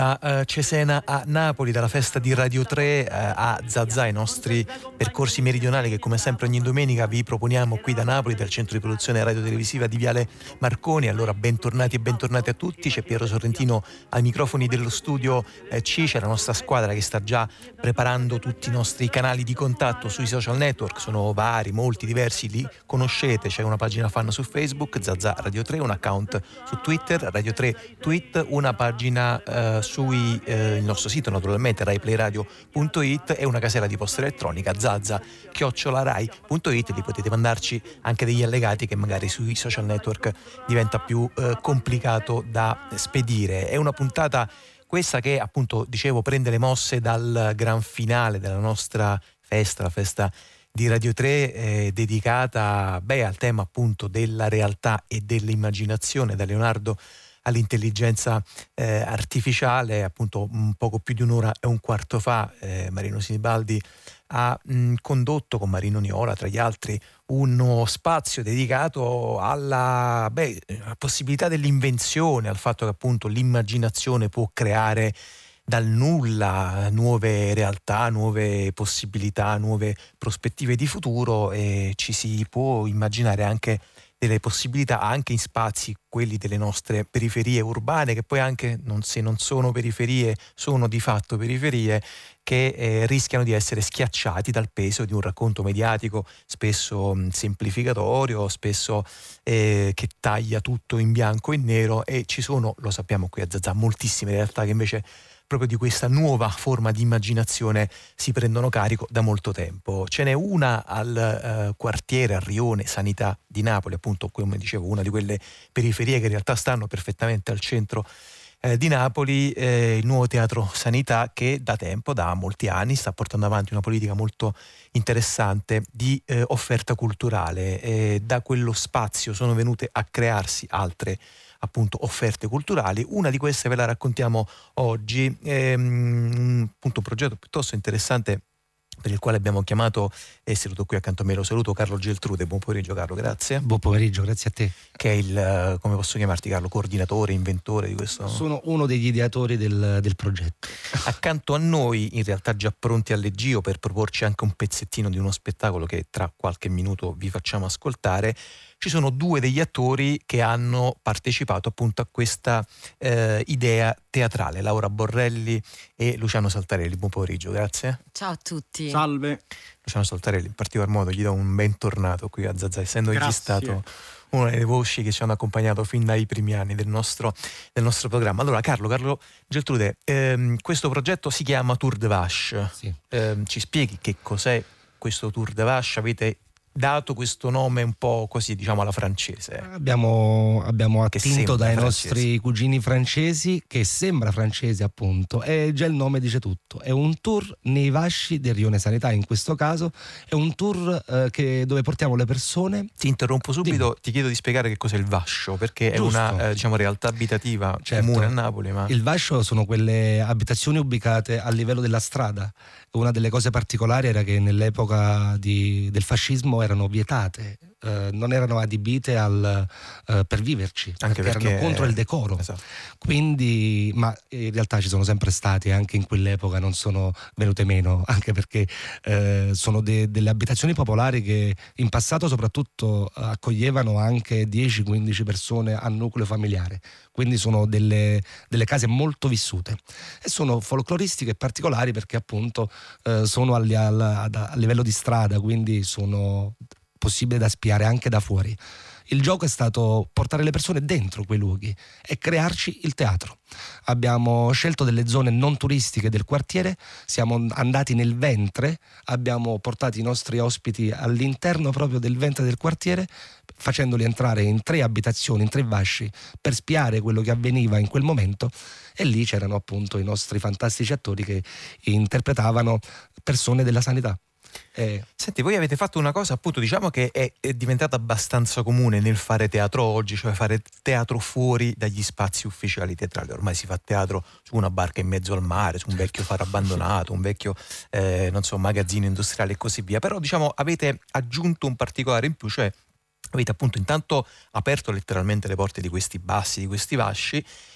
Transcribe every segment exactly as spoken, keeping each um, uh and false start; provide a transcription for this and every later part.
da uh, Cesena a Napoli, dalla festa di Radio tre uh, a Zazà, i nostri percorsi meridionali che come sempre ogni domenica vi proponiamo qui da Napoli, dal centro di produzione radiotelevisiva di Viale Marconi. Allora bentornati e bentornati a tutti, c'è Piero Sorrentino ai microfoni dello studio eh, C, c'è la nostra squadra che sta già preparando tutti i nostri canali di contatto sui social network, sono vari, molti, diversi, li conoscete, c'è una pagina fan su Facebook, Zazà Radio tre, un account su Twitter, Radio tre Tweet, una pagina eh, sui eh, il nostro sito naturalmente rai play radio punto it e una casella di posta elettronica zazza chiocciola rai punto it. Lì potete mandarci anche degli allegati che magari sui social network diventa più eh, complicato da spedire. È una puntata questa che appunto dicevo prende le mosse dal gran finale della nostra festa, la festa di Radio tre, eh, dedicata beh, al tema appunto della realtà e dell'immaginazione, da Leonardo all'intelligenza eh, artificiale. Appunto un poco più di un'ora e un quarto fa eh, Marino Sinibaldi ha mh, condotto con Marino Niola tra gli altri uno spazio dedicato alla, beh, alla possibilità dell'invenzione, al fatto che appunto l'immaginazione può creare dal nulla nuove realtà, nuove possibilità, nuove prospettive di futuro, e ci si può immaginare anche delle possibilità anche in spazi, quelli delle nostre periferie urbane, che poi anche non, se non sono periferie sono di fatto periferie, che eh, rischiano di essere schiacciati dal peso di un racconto mediatico spesso mh, semplificatorio, spesso eh, che taglia tutto in bianco e nero. E ci sono, lo sappiamo qui a Zazà, moltissime realtà che invece proprio di questa nuova forma di immaginazione si prendono carico da molto tempo. Ce n'è una al eh, quartiere, al rione Sanità di Napoli, appunto come dicevo una di quelle periferie che in realtà stanno perfettamente al centro eh, di Napoli, eh, il nuovo Teatro Sanità, che da tempo, da molti anni, sta portando avanti una politica molto interessante di eh, offerta culturale. Eh, da quello spazio sono venute a crearsi altre appunto offerte culturali. Una di queste ve la raccontiamo oggi, è um, appunto un progetto piuttosto interessante per il quale abbiamo chiamato, e saluto qui accanto a me, lo saluto, Carlo Geltrude. Buon pomeriggio Carlo, grazie. Buon pomeriggio, grazie a te. Che è il, come posso chiamarti Carlo, coordinatore, inventore di questo? Sono uno degli ideatori del, del progetto. Accanto a noi, in realtà già pronti al leggio per proporci anche un pezzettino di uno spettacolo che tra qualche minuto vi facciamo ascoltare, ci sono due degli attori che hanno partecipato appunto a questa eh, idea teatrale, Laura Borrelli e Luciano Saltarelli. Buon pomeriggio, grazie. Ciao a tutti. Salve. Luciano Saltarelli, in particolar modo gli do un bentornato qui a Zazà, essendo egli stato una delle voci che ci hanno accompagnato fin dai primi anni del nostro, del nostro programma. Allora Carlo, Carlo Geltrude, ehm, questo progetto si chiama Tour de Vache. Sì. Ehm, ci spieghi che cos'è questo Tour de Vache? Avete dato questo nome un po' così, diciamo, alla francese. Abbiamo, abbiamo attinto dai francese. nostri cugini francesi, che sembra francese appunto, e già il nome dice tutto. È un tour nei vasci del rione Sanità, in questo caso è un tour eh, che, dove portiamo le persone. Ti interrompo subito, Dimmi. Ti chiedo di spiegare che cos'è il vascio, perché Giusto. È una eh, diciamo realtà abitativa certo. comune a Napoli. Ma... Il vascio sono quelle abitazioni ubicate a livello della strada. Una delle cose particolari era che nell'epoca di, del fascismo erano vietate, eh, non erano adibite al, eh, per viverci, anche perché, perché erano contro il decoro. Esatto. Quindi, ma in realtà ci sono sempre stati, anche in quell'epoca non sono venute meno, anche perché eh, sono de, delle abitazioni popolari che in passato soprattutto accoglievano anche dieci quindici persone a nucleo familiare. Quindi sono delle, delle case molto vissute e sono folcloristiche e particolari perché appunto eh, sono al, al, a livello di strada, quindi sono possibili da spiare anche da fuori. Il gioco è stato portare le persone dentro quei luoghi e crearci il teatro. Abbiamo scelto delle zone non turistiche del quartiere, siamo andati nel ventre, abbiamo portato i nostri ospiti all'interno proprio del ventre del quartiere, facendoli entrare in tre abitazioni, in tre vasci, per spiare quello che avveniva in quel momento, e lì c'erano appunto i nostri fantastici attori che interpretavano persone della sanità. Eh. Senti, voi avete fatto una cosa, appunto, diciamo che è, è diventata abbastanza comune nel fare teatro oggi, cioè fare teatro fuori dagli spazi ufficiali teatrali. Ormai si fa teatro su una barca in mezzo al mare, su un vecchio faro abbandonato, un vecchio eh, non so, magazzino industriale e così via. Però diciamo avete aggiunto un particolare in più, cioè avete appunto intanto aperto letteralmente le porte di questi bassi, di questi vasci,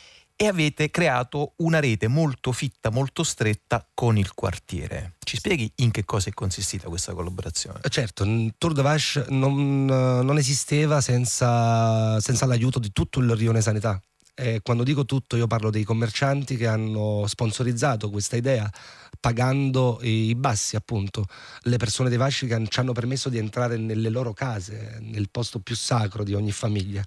e avete creato una rete molto fitta, molto stretta con il quartiere. Ci spieghi in che cosa è consistita questa collaborazione? Certo, Tour de Vache non, non esisteva senza, senza l'aiuto di tutto il rione Sanità. E quando dico tutto io parlo dei commercianti che hanno sponsorizzato questa idea, pagando i bassi, appunto, le persone dei Vasci che ci hanno permesso di entrare nelle loro case, nel posto più sacro di ogni famiglia.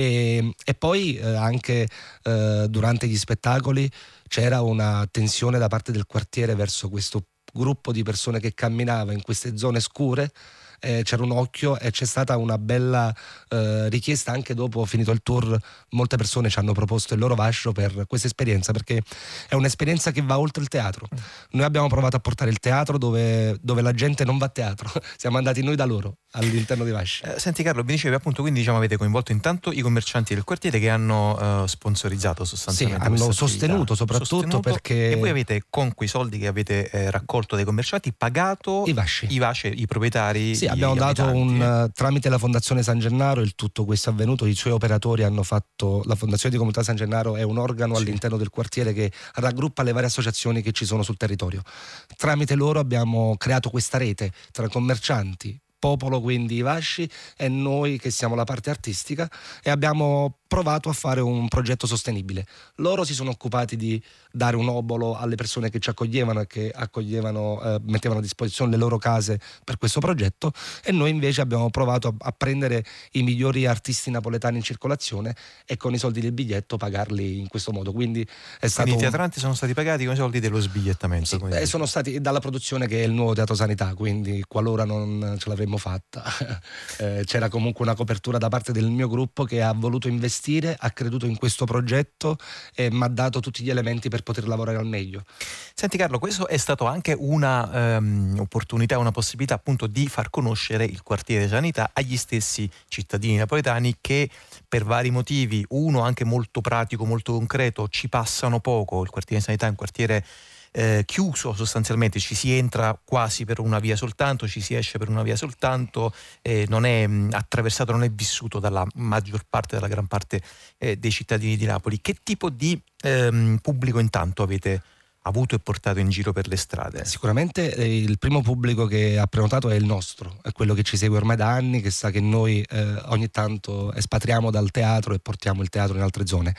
E, e poi eh, anche eh, durante gli spettacoli c'era una tensione da parte del quartiere verso questo gruppo di persone che camminava in queste zone scure. Eh, c'era un occhio e c'è stata una bella eh, richiesta anche dopo finito il tour. Molte persone ci hanno proposto il loro vascio per questa esperienza, perché è un'esperienza che va oltre il teatro. Noi abbiamo provato a portare il teatro dove, dove la gente non va a teatro, siamo andati noi da loro all'interno dei vasci. Eh, senti Carlo, mi dicevi appunto, quindi diciamo avete coinvolto intanto i commercianti del quartiere che hanno uh, sponsorizzato sostanzialmente. Sì, hanno sostenuto sostenuto soprattutto sostenuto, perché... E voi avete con quei soldi che avete eh, raccolto dai commercianti pagato i vasci, i, vasci, i proprietari. Sì, abbiamo dato un, uh, tramite la Fondazione San Gennaro, il tutto questo è avvenuto, i suoi operatori hanno fatto, la Fondazione di Comunità San Gennaro è un organo sì. all'interno del quartiere che raggruppa le varie associazioni che ci sono sul territorio. Tramite loro abbiamo creato questa rete tra commercianti, popolo, quindi i vasci, e noi che siamo la parte artistica, e abbiamo provato a fare un progetto sostenibile. Loro si sono occupati di dare un obolo alle persone che ci accoglievano e che accoglievano, eh, mettevano a disposizione le loro case per questo progetto, e noi invece abbiamo provato a, a prendere i migliori artisti napoletani in circolazione e con i soldi del biglietto pagarli in questo modo. Quindi è stato Quindi i teatranti un... sono stati pagati con i soldi dello sbigliettamento. Sì, e sono stati dalla produzione che è il nuovo Teatro Sanità, quindi qualora non ce l'avremmo fatta eh, c'era comunque una copertura da parte del mio gruppo che ha voluto investire, ha creduto in questo progetto e mi ha dato tutti gli elementi per poter lavorare al meglio. Senti Carlo, questo è stato anche una um, opportunità, una possibilità appunto di far conoscere il quartiere Sanità agli stessi cittadini napoletani che per vari motivi, uno anche molto pratico, molto concreto, ci passano poco. Il quartiere Sanità è un quartiere Eh, chiuso sostanzialmente, ci si entra quasi per una via soltanto, ci si esce per una via soltanto, eh, non è mh, attraversato, non è vissuto dalla maggior parte, dalla gran parte eh, dei cittadini di Napoli. Che tipo di ehm, pubblico intanto avete avuto e portato in giro per le strade? Sicuramente eh, il primo pubblico che ha prenotato è il nostro, è quello che ci segue ormai da anni, che sa che noi eh, ogni tanto espatriamo dal teatro e portiamo il teatro in altre zone.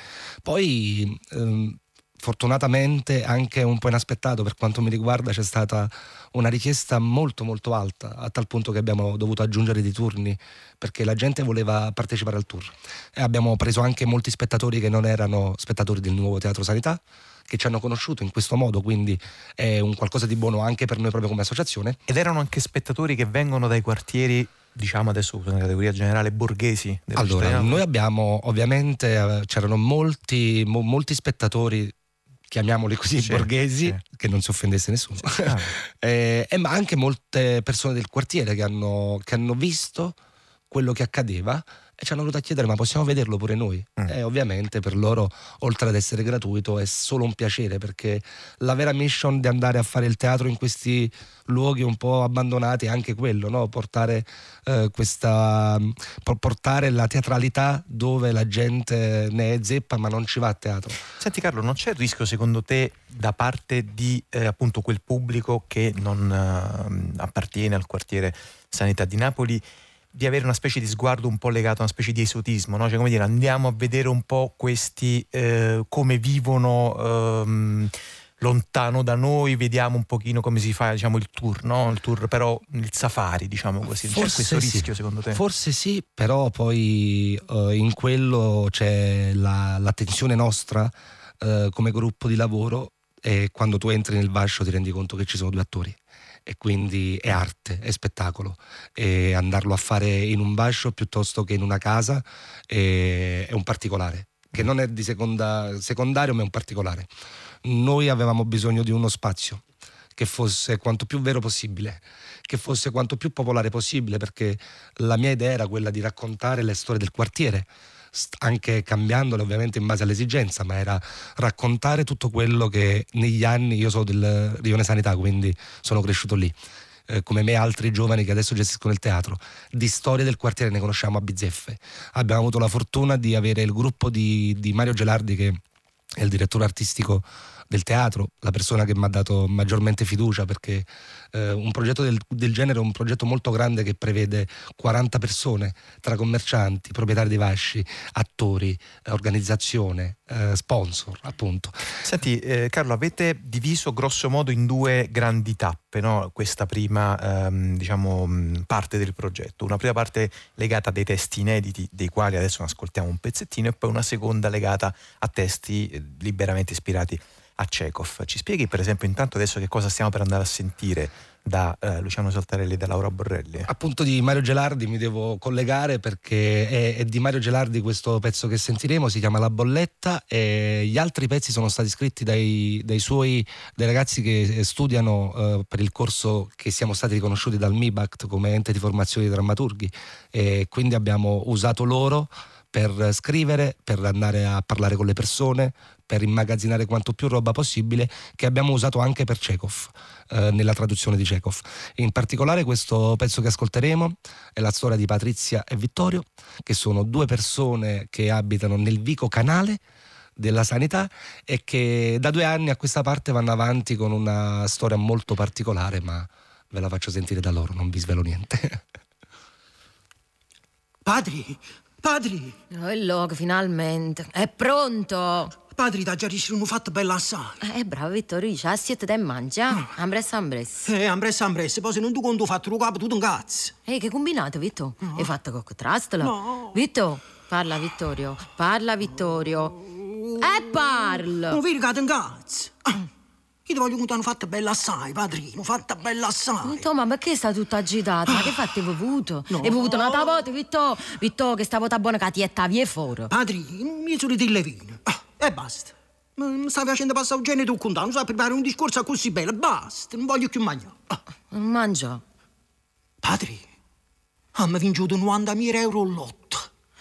Poi ehm, fortunatamente, anche un po' inaspettato per quanto mi riguarda, c'è stata una richiesta molto molto alta, a tal punto che abbiamo dovuto aggiungere dei turni perché la gente voleva partecipare al tour, e abbiamo preso anche molti spettatori che non erano spettatori del nuovo Teatro Sanità, che ci hanno conosciuto in questo modo, quindi è un qualcosa di buono anche per noi proprio come associazione. Ed erano anche spettatori che vengono dai quartieri, diciamo adesso nella categoria generale, borghesi della allora città. Noi abbiamo ovviamente eh, c'erano molti mo, molti spettatori, chiamiamoli così, sì, borghesi, sì. Che non si offendesse nessuno, sì. ah. eh, eh, ma anche molte persone del quartiere che hanno, che hanno visto quello che accadeva e ci hanno venuto a chiedere: ma possiamo vederlo pure noi? Mm. E ovviamente per loro, oltre ad essere gratuito, è solo un piacere, perché la vera mission di andare a fare il teatro in questi luoghi un po' abbandonati è anche quello, no? Portare eh, questa portare la teatralità dove la gente ne è zeppa ma non ci va a teatro. Senti Carlo, non c'è il rischio secondo te da parte di eh, appunto quel pubblico che non eh, appartiene al quartiere Sanità di Napoli di avere una specie di sguardo un po' legato a una specie di esotismo, no? Cioè, come dire, andiamo a vedere un po' questi eh, come vivono ehm, lontano da noi, vediamo un pochino come si fa, diciamo, il tour, no? Il tour però il safari, diciamo così. Forse c'è questo sì. rischio secondo te? Forse sì, però poi eh, in quello c'è la, la tensione nostra eh, come gruppo di lavoro, e quando tu entri nel vascio ti rendi conto che ci sono due attori. E quindi è arte, è spettacolo, e andarlo a fare in un vascio piuttosto che in una casa è, è un particolare che non è di seconda, secondario, ma è un particolare. Noi avevamo bisogno di uno spazio che fosse quanto più vero possibile, che fosse quanto più popolare possibile, perché la mia idea era quella di raccontare le storie del quartiere, anche cambiandole ovviamente in base all'esigenza, ma era raccontare tutto quello che negli anni, io sono del Rione Sanità, quindi sono cresciuto lì, eh, come me altri giovani che adesso gestiscono il teatro, di storie del quartiere ne conosciamo a bizzeffe. Abbiamo avuto la fortuna di avere il gruppo di, di Mario Gelardi, che è il direttore artistico del teatro, la persona che mi ha dato maggiormente fiducia, perché eh, un progetto del, del genere è un progetto molto grande che prevede quaranta persone tra commercianti, proprietari dei vasci, attori, eh, organizzazione, eh, sponsor, appunto. Senti eh, Carlo, avete diviso grosso modo in due grandi tappe, no? Questa prima ehm, diciamo parte del progetto, una prima parte legata a dei testi inediti dei quali adesso ne ascoltiamo un pezzettino, e poi una seconda legata a testi eh, liberamente ispirati a Chekhov. Ci spieghi per esempio intanto adesso che cosa stiamo per andare a sentire da eh, Luciano Saltarelli e da Laura Borrelli? Appunto di Mario Gelardi mi devo collegare, perché è, è di Mario Gelardi questo pezzo che sentiremo, si chiama La Bolletta, e gli altri pezzi sono stati scritti dai, dai suoi dai ragazzi che studiano eh, per il corso che siamo stati riconosciuti dal MIBACT come ente di formazione di drammaturghi, e quindi abbiamo usato loro per scrivere, per andare a parlare con le persone, per immagazzinare quanto più roba possibile, che abbiamo usato anche per Chekhov, eh, nella traduzione di Chekhov. In particolare questo pezzo che ascolteremo è la storia di Patrizia e Vittorio, che sono due persone che abitano nel Vico Canale della sanità e che da due anni a questa parte vanno avanti con una storia molto particolare, ma ve la faccio sentire da loro, non vi svelo niente. Padri, padri! Oh, il logo, finalmente. È pronto! Padri, da già riuscito fatto bella assai. Eh, bravo Vittorio, c'ha siete da mangia. Ambressa, ambressa. Eh, ambressa, ambressa, poi se non tu conto ho fatto lo capo tutto un cazzo. Ehi, che combinato, Vitto? No. Hai fatto cocco trastola? No. Vitto, parla Vittorio, parla Vittorio. E parla! Non vedi che un cazzo? Ah, io ti voglio contare, hanno fatto bella assai, padrino, fatta bella assai. Vitto, ma perché sta tutto agitato? Ma che fatti hai bevuto? No. Hai bevuto una tavola, Vitto? Vitto, che sta vota buona che ti è via fuori. Padrino, io sono di Levino. Ah, e basta. Ma mi stai facendo passare un genere tu contare, non sai preparare un discorso così bello, basta, non voglio più mangiare. Ah. Non mangia. Padri, hanno vinto novantamila euro all'otto.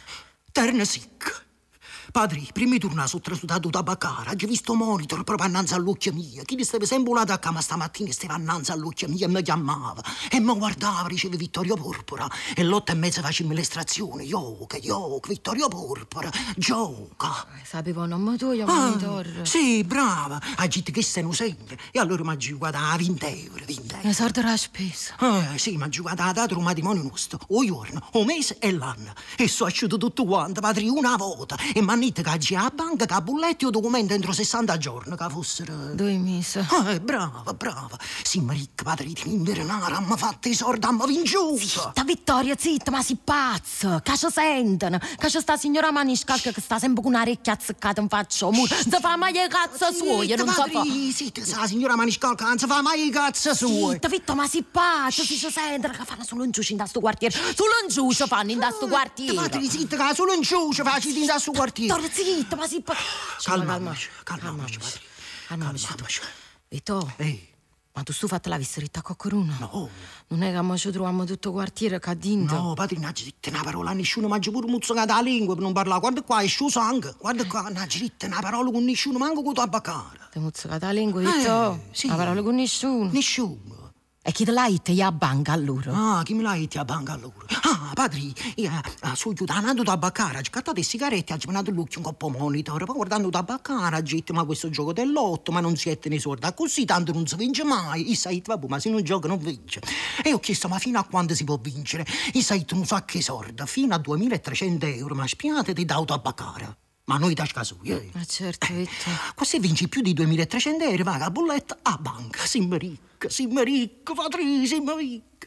Terna sic. Padri, prima di tornare sono trasutato da Baccara, ho visto monitor proprio annanzi all'occhio mio. Chi mi stava sempre là da cama stamattina stava annanzi all'occhio mio e mi chiamava. E mi guardava, riceve Vittorio Porpora. E l'otto e mezza facemmo l'estrazione. Gioca, gioca, Vittorio Porpora, gioca. Eh, sapevo un nome tuo, Ah, monitor. sì, brava. Ha detto che se non segna. E allora mi ha giocato a venti euro, venti euro. Ne sorte la spesa. Eh, sì, mi ha giocato a data un matrimonio nostro, o giorno, o mese e l'anno. E so asciutto tutto quanto, padri, una volta. E mi hanno detto che oggi a banca, che a bolletti o documenti entro sessanta giorni, che fossero... Due mesi. Eh, brava, brava. Sì, ma ricca, padri, di invernare, hanno fatto i soldi, hanno vinto. Zitta, Vittoria, zitta, ma si pazza. Che ci sentono? Che c'è sta signora Maniscalca che sta sempre con una orecchia azzeccata in faccia al muro. Non si fa mai le cazzo suoi, non si fa... Padri, zitta, sa, signora Maniscalca, non si fa mai i cazzo suoi. Zitta, Vitto, ma si pazza, si ci sentono che fanno solo in giù in da sto quartiere. Solo in giù ci fanno in da sto quartiere. Padri, zitta, che solo in giù ci faccio in da sto quartiere. Vittoria, zitta, ma si pazza. Calmiamoci, calmiamoci, padri. Calmiamoci. Calmiamoci. Vitto, Ehi. ma tu stu fatto la visserita a qualcuno? No. Non è che mo ci troviamo tutto il quartiere che ha dinto? No, padre, non ci una parola a nessuno, mangia pure muzzicata la lingua per non parlare. Guarda qua, è sciuso anche. Guarda qua, non ci una parola con nessuno, manco con tua baccara. Ti muzzicata la lingua, Vitto? Eh, sì. La parola con nessuno. Nessuno. E chi te l'ha detto? Io a banca allora? Ah, chi me l'ha detto a banca allora? Ah, padre, io eh, sono chiudendo da baccara, ho scattato le sigarette, ho mandato l'occhio un coppo monitor, poi guardando da baccara, ho detto, ma questo gioco dell'otto, ma non si mette nei soldi, così tanto non si vince mai. Io sai, vabbè, ma se non gioca non vince. E ho chiesto, ma fino a quando si può vincere? Io sai, non so a che soldi, fino a duemilatrecento euro, ma spiate ti dato a baccara. Ma noi da scasui, eh? Ma certo, Vitto. Qua se vinci più di duemilatrecento euro, vai a bolletta a banca. Siamo ricca, siamo ricca, padri, siamo ricca.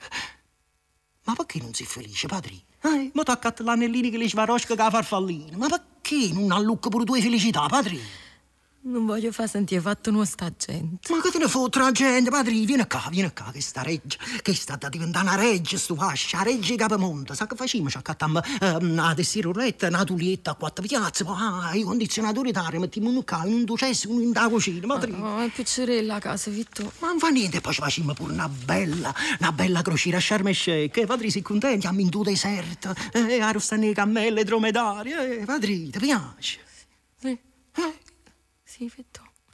Ma perché non sei felice, padri? Eh, ma tocca l'anellini che li svarosca che la farfallina. Ma perché non allucca pure tue felicità, padri? Non voglio far sentire fatto nuovo sta gente. Ma che te ne fotte la gente, padri? Vieni qua, vieni qua, che sta reggia, che sta da diventare una reggia, sto fascia, la reggia di Capamonte. Sa che facciamo? Ci accattiamo una tessiroletta, una tulietta a quattro piazze, poi ah, i condizionatori d'aria, mettiamo uno qua, un ducesso, uno in da cucina, padri. Oh, è piacere a casa, Vitto. Ma non fa niente, poi ci facciamo pure una bella, una bella crociera a Sharm el Sheikh. Eh, padri, sei contenti? Abbiamo in tu deserto, eh, arrostano le cammelle, i dromedari, eh, padri, ti piace? Sì. Eh? Sì, Vitto.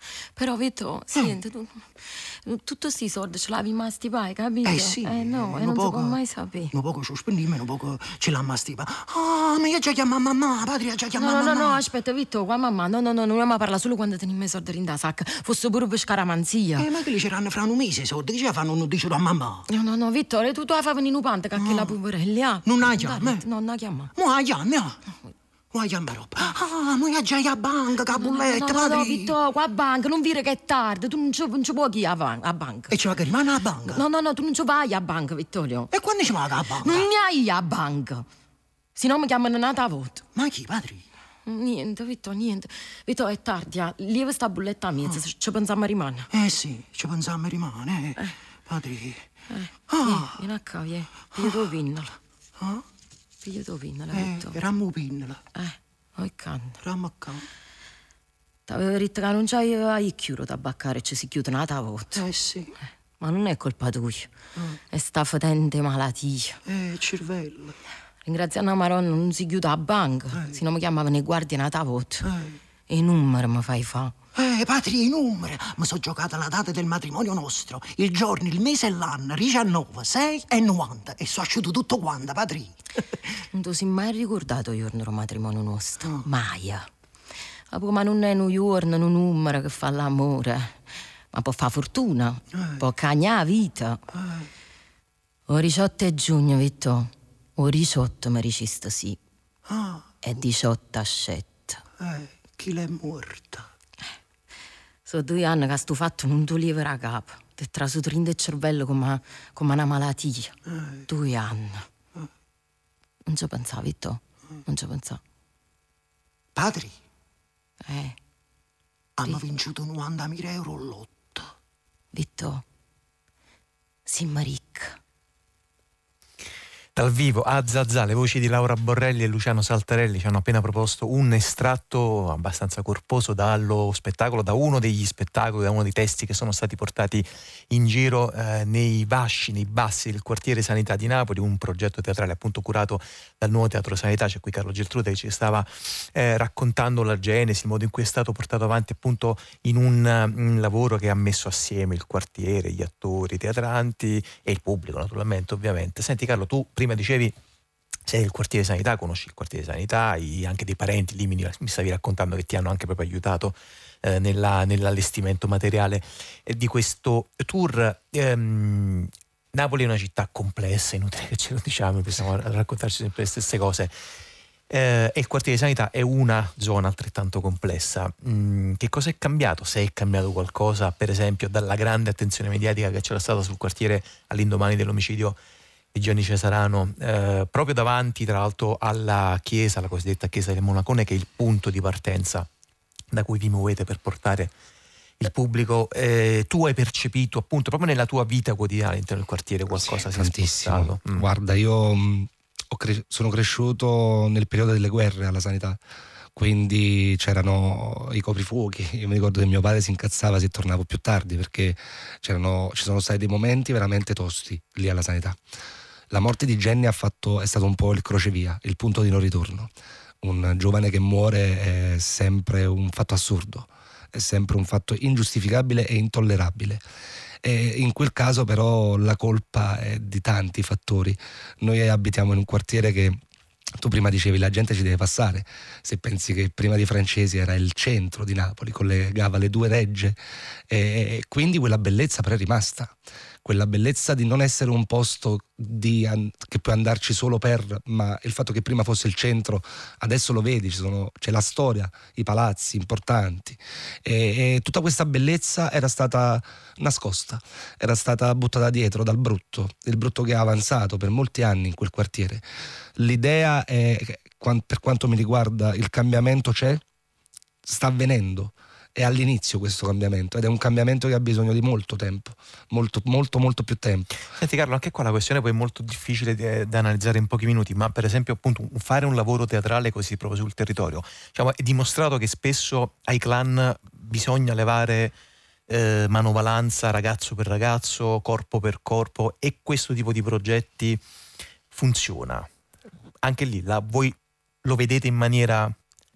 Però Vito, senti, tu, tutti sti soldi ce l'avevi mai stipai, capito? Eh sì. Eh no, e non poco, si può mai sapere. Un poco ci spendimmo, un poco ce l'ha mastiva. Ah, ma io già chiamo mamma, padre, già chiamo No, mamma. no, no, aspetta, Vito, qua mamma, no, no, no, non mi parla solo quando teniamo i soldi in da sacca. Fosse pure per scaramanzia. Eh, ma che li c'erano fra un mese i soldi, che ce la fanno, non dicono a mamma. No, no, no, Vittore, tu tu la fai venire un pante, che la poverelli, ah. Non la chiami? Non la chiama. Ma la chiami, ah? Ma la chiami roba. Ah, ma io già a banca, che bulletta, no, no, padre. no, Vittorio, qua a banca, non dire che è tardi, tu non ci, non ci puoi chi a, van- a banca. E ci va che rimane a banca? No, no, no, tu non ci vai a banca, Vittorio. E quando ci va a banca? Non ne hai a banca. Se no mi chiamano nata a voto. Ma chi, padre? Niente, Vittorio, niente. Vittorio, è tardi, ah. Lieve sta bulletta a mezzo, se ci pensiamo a rimane. Eh sì, ci pensiamo a rimane, eh. Padre. Eh, Ah. vieni a casa, vieni. Piglio tuo pinnola. Ah? Piglio tuo pinnola, Eh, Vittorio. rammo pinnola. Eh, oi canna. Rammo a casa. T'avevo detto che non c'hai chiuso da baccare e ci si chiude nata a voto. Eh sì. Ma non è colpa tua. È sta fetente malattia. Eh, cervello. Ringraziando la Maronna non si chiude a banca, Eh. se no mi chiamavano i guardie nata a voto. Eh. E i numeri mi fai fa. Eh, padre, i numeri. Mi sono giocata la data del matrimonio nostro. Il giorno, il mese e l'anno. diciannove, sei e novanta. E so asciutto tutto quanto, padre. Non ti sei mai ricordato il giorno del matrimonio nostro? No. Mai. Ma non è un giorno, un numero che fa l'amore. Ma può fare fortuna. Eh. Può cagnare la vita. Eh. O diciotto giugno, Vitto. O diciotto mi ricista sì. Ah. E diciotto a sette. Eh, chi l'è morta? Sono due anni che sto fatto non ti leva a capo. Ti è trasuto in il cervello come, come una malattia. Eh. Due anni. Eh. Non ci pensavo, Vitto. Non ci pensavo. Padre, Eh, hanno vinto novantamila euro all'otto. Vitto. Siamo ricchi. Dal vivo a Zazà, le voci di Laura Borrelli e Luciano Saltarelli ci hanno appena proposto un estratto abbastanza corposo dallo spettacolo, da uno degli spettacoli, da uno dei testi che sono stati portati in giro eh, nei vasci, nei bassi del quartiere Sanità di Napoli, un progetto teatrale appunto curato dal Nuovo Teatro Sanità. C'è qui Carlo Geltrude che ci stava eh, raccontando la genesi, il modo in cui è stato portato avanti appunto in un, un lavoro che ha messo assieme il quartiere, gli attori, i teatranti e il pubblico naturalmente, ovviamente. Senti Carlo, tu prima dicevi sei del quartiere Sanità, conosci il quartiere Sanità, hai anche dei parenti lì, mi, mi stavi raccontando che ti hanno anche proprio aiutato eh, nella, nell'allestimento materiale eh, di questo tour. Ehm, Napoli è una città complessa, inutile che ce lo diciamo, possiamo raccontarci sempre le stesse cose. Eh, e il quartiere Sanità è una zona altrettanto complessa. Mm, che cosa è cambiato? Se è cambiato qualcosa, per esempio, dalla grande attenzione mediatica che c'era stata sul quartiere all'indomani dell'omicidio di Gianni Cesarano, eh, proprio davanti tra l'altro alla chiesa, la cosiddetta chiesa del Monacone, che è il punto di partenza da cui vi muovete per portare il pubblico. Eh, tu hai percepito appunto proprio nella tua vita quotidiana all'interno del quartiere qualcosa? Sì, si è spostato? mm. Guarda, io mh, ho cre- sono cresciuto nel periodo delle guerre alla Sanità, quindi c'erano i coprifuochi. Io mi ricordo che mio padre si incazzava se tornavo più tardi, perché c'erano, ci sono stati dei momenti veramente tosti lì alla Sanità. La morte di Jenny ha fatto, è stato un po' il crocevia, il punto di non ritorno. Un giovane che muore è sempre un fatto assurdo, è sempre un fatto ingiustificabile e intollerabile. E in quel caso però la colpa è di tanti fattori. Noi abitiamo in un quartiere che, tu prima dicevi, la gente ci deve passare. Se pensi che prima di Francesi era il centro di Napoli, collegava le due regge, e quindi quella bellezza però è rimasta. Quella bellezza di non essere un posto di, che puoi andarci solo per, ma il fatto che prima fosse il centro, adesso lo vedi, ci sono, c'è la storia, i palazzi importanti, e, e tutta questa bellezza era stata nascosta, era stata buttata dietro dal brutto, il brutto che ha avanzato per molti anni in quel quartiere. L'idea è, per quanto mi riguarda, il cambiamento c'è, sta avvenendo. È all'inizio questo cambiamento ed è un cambiamento che ha bisogno di molto tempo, molto molto molto più tempo. Senti Carlo, anche qua la questione poi è molto difficile da analizzare in pochi minuti, ma per esempio appunto fare un lavoro teatrale così proprio sul territorio, diciamo, è dimostrato che spesso ai clan bisogna levare eh, manovalanza ragazzo per ragazzo, corpo per corpo, e questo tipo di progetti funziona. Anche lì la, voi lo vedete in maniera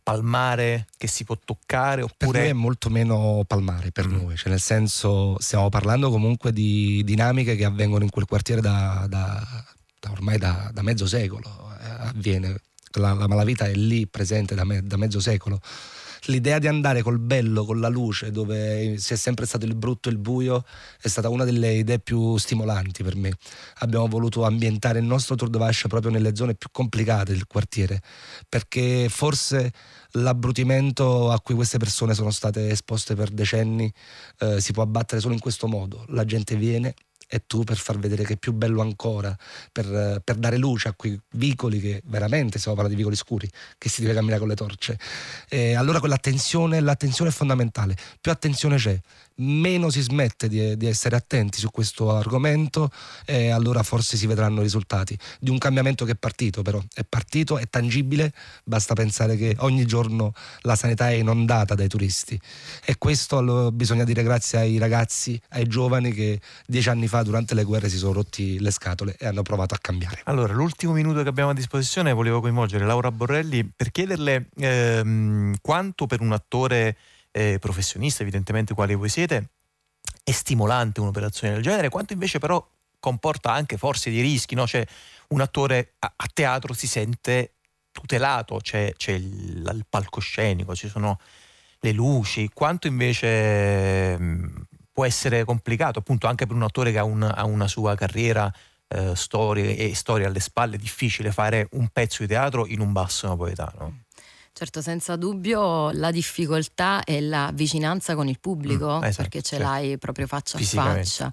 palmare che si può toccare, oppure per noi è molto meno palmare per mm. noi, cioè nel senso stiamo parlando comunque di dinamiche che avvengono in quel quartiere da, da, da ormai da, da mezzo secolo, eh, avviene, la, la malavita è lì presente da, me, da mezzo secolo. L'idea di andare col bello, con la luce, dove si è sempre stato il brutto e il buio, è stata una delle idee più stimolanti per me. Abbiamo voluto ambientare il nostro Tour de Vache proprio nelle zone più complicate del quartiere, perché forse l'abbrutimento a cui queste persone sono state esposte per decenni eh, si può abbattere solo in questo modo. La gente viene e tu, per far vedere che è più bello ancora, per, per dare luce a quei vicoli che veramente, stiamo parlando di vicoli scuri, che si deve camminare con le torce, e allora quell'attenzione, l'attenzione è fondamentale. Più attenzione c'è, meno si smette di, di essere attenti su questo argomento, e allora forse si vedranno i risultati di un cambiamento che è partito, però è partito, è tangibile, basta pensare che ogni giorno la sanità è inondata dai turisti, e questo allora, bisogna dire grazie ai ragazzi, ai giovani che dieci anni fa durante le guerre si sono rotti le scatole e hanno provato a cambiare. Allora, l'ultimo minuto che abbiamo a disposizione volevo coinvolgere Laura Borrelli per chiederle ehm, quanto per un attore eh, professionista, evidentemente quale voi siete, è stimolante un'operazione del genere, quanto invece però comporta anche forse dei rischi, no? Cioè, un attore a, a teatro si sente tutelato, c'è, c'è il, il palcoscenico, ci sono le luci, quanto invece mh, può essere complicato appunto anche per un attore che ha, un, ha una sua carriera, eh, storie e storie alle spalle, difficile fare un pezzo di teatro in un basso napoletano. Certo, senza dubbio la difficoltà è la vicinanza con il pubblico, mm, esatto, perché ce certo. l'hai proprio faccia a faccia,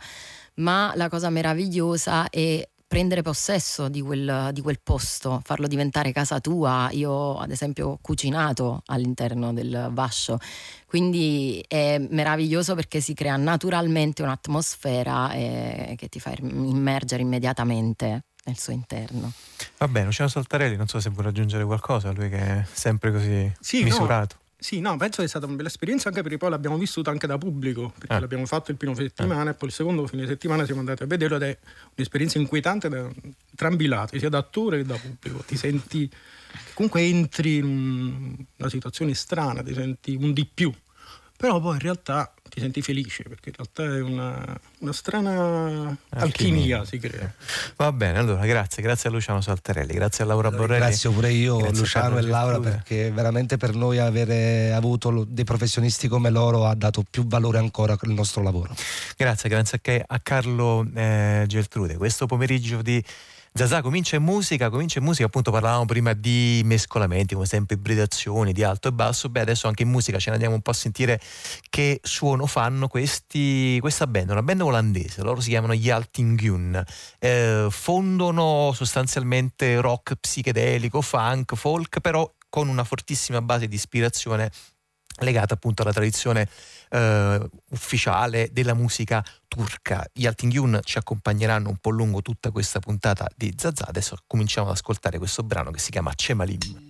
ma la cosa meravigliosa è prendere possesso di quel, di quel posto, farlo diventare casa tua. Io ad esempio ho cucinato all'interno del Vascio, quindi è meraviglioso perché si crea naturalmente un'atmosfera eh, che ti fa immergere immediatamente nel suo interno. Va bene, Luciano Saltarelli, non so se vuole aggiungere qualcosa, lui che è sempre così sì, misurato. No. Sì, no, penso che è stata una bella esperienza, anche perché poi l'abbiamo vissuta anche da pubblico, perché eh. l'abbiamo fatto il primo fine settimana eh. e poi il secondo fine settimana siamo andati a vederlo, ed è un'esperienza inquietante da entrambi i lati, sia da attore che da pubblico. Ti senti, comunque entri in una situazione strana, ti senti un di più, però poi in realtà ti senti felice, perché in realtà è una, una strana alchimia, alchimia si crea. Va bene, allora grazie, grazie a Luciano Saltarelli, grazie a Laura allora, Borrelli. Grazie pure io, grazie Luciano e Laura, perché veramente per noi avere avuto dei professionisti come loro ha dato più valore ancora al nostro lavoro. Grazie, grazie a Carlo eh, Geltrude. Questo pomeriggio di Zazà comincia in musica, comincia in musica, appunto parlavamo prima di mescolamenti, come sempre ibridazioni di alto e basso. Beh, adesso anche in musica ce ne andiamo un po' a sentire che suono fanno questi, questa band, una band olandese, loro si chiamano gli Altingun, eh, fondono sostanzialmente rock psichedelico, funk, folk, però con una fortissima base di ispirazione legata appunto alla tradizione eh, ufficiale della musica turca. Gli Altingun ci accompagneranno un po' lungo tutta questa puntata di Zazà. Adesso cominciamo ad ascoltare questo brano che si chiama Cemalim.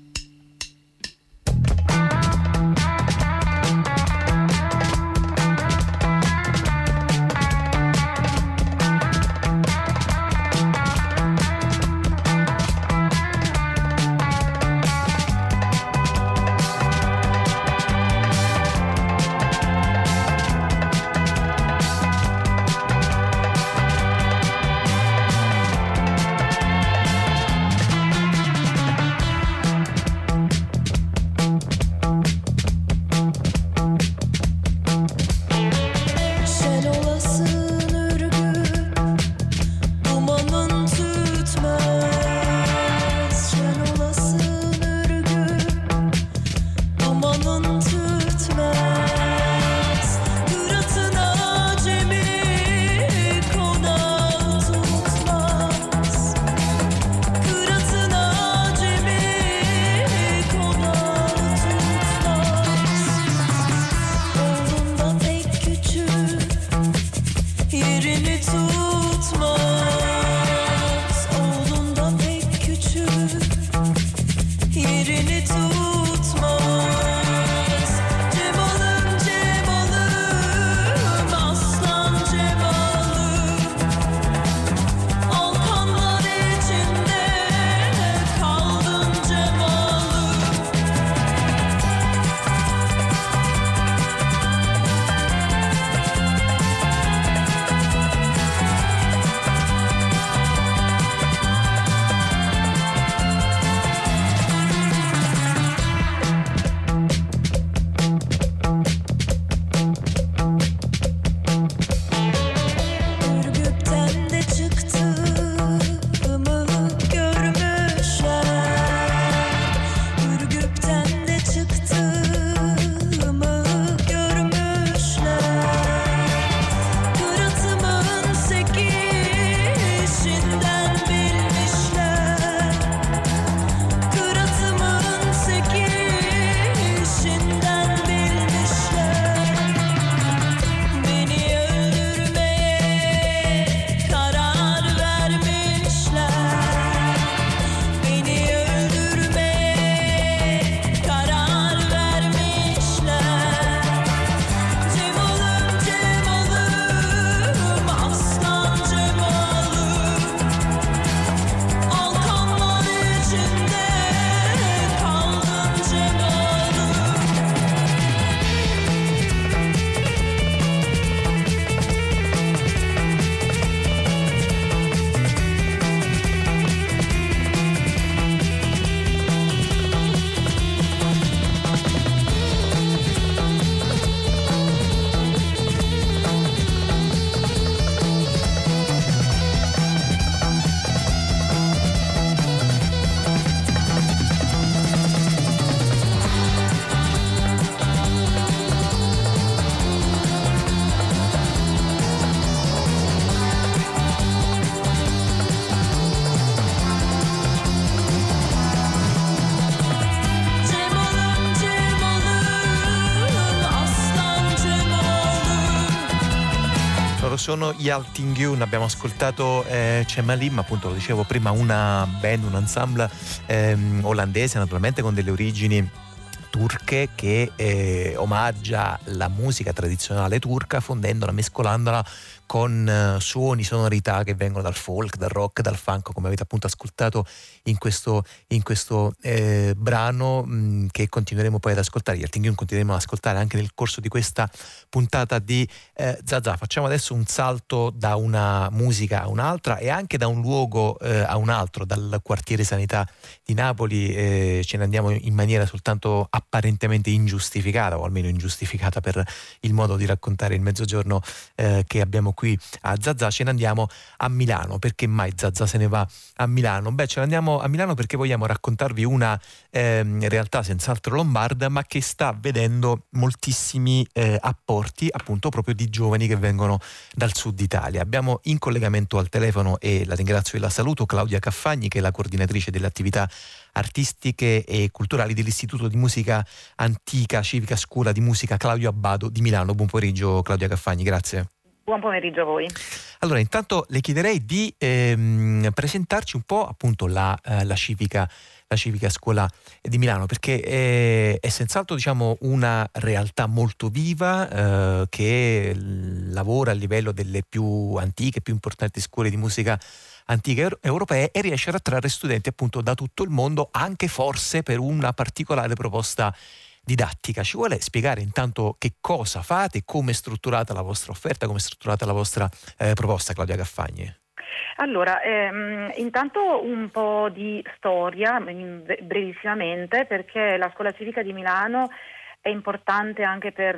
loro sono gli Altingyun, abbiamo ascoltato eh, Cemalim, appunto lo dicevo prima, una band, un ensemble ehm, olandese naturalmente con delle origini turche che eh, omaggia la musica tradizionale turca fondendola, mescolandola con uh, suoni, sonorità che vengono dal folk, dal rock, dal funk, come avete appunto ascoltato in questo, in questo eh, brano mh, che continueremo poi ad ascoltare. Gli Altingyun continueremo ad ascoltare anche nel corso di questa puntata di eh, Zazà. Facciamo adesso un salto da una musica a un'altra e anche da un luogo eh, a un altro, dal quartiere Sanità di Napoli. Eh, ce ne andiamo in maniera soltanto apparentemente ingiustificata, o almeno ingiustificata per il modo di raccontare il mezzogiorno eh, che abbiamo qui a Zazà. Ce ne andiamo a Milano. Perché mai Zazà se ne va a Milano? Beh, ce ne andiamo a Milano perché vogliamo raccontarvi una ehm, realtà senz'altro lombarda, ma che sta vedendo moltissimi eh, apporti appunto proprio di giovani che vengono dal sud Italia. Abbiamo in collegamento al telefono, e la ringrazio e la saluto, Claudia Caffagni, che è la coordinatrice delle attività artistiche e culturali dell'Istituto di Musica Antica Civica Scuola di Musica Claudio Abbado di Milano. Buon pomeriggio Claudia Caffagni, grazie. Buon pomeriggio a voi. Allora, intanto le chiederei di ehm, presentarci un po' appunto la, eh, la civica la civica scuola di Milano, perché è, è senz'altro, diciamo, una realtà molto viva eh, che lavora a livello delle più antiche, più importanti scuole di musica antiche europee e riesce ad attrarre studenti appunto da tutto il mondo, anche forse per una particolare proposta didattica. Ci vuole spiegare intanto che cosa fate, come è strutturata la vostra offerta, come è strutturata la vostra eh, proposta, Claudia Caffagni? Allora, ehm, intanto un po' di storia, brevissimamente, perché la Scuola Civica di Milano è importante anche per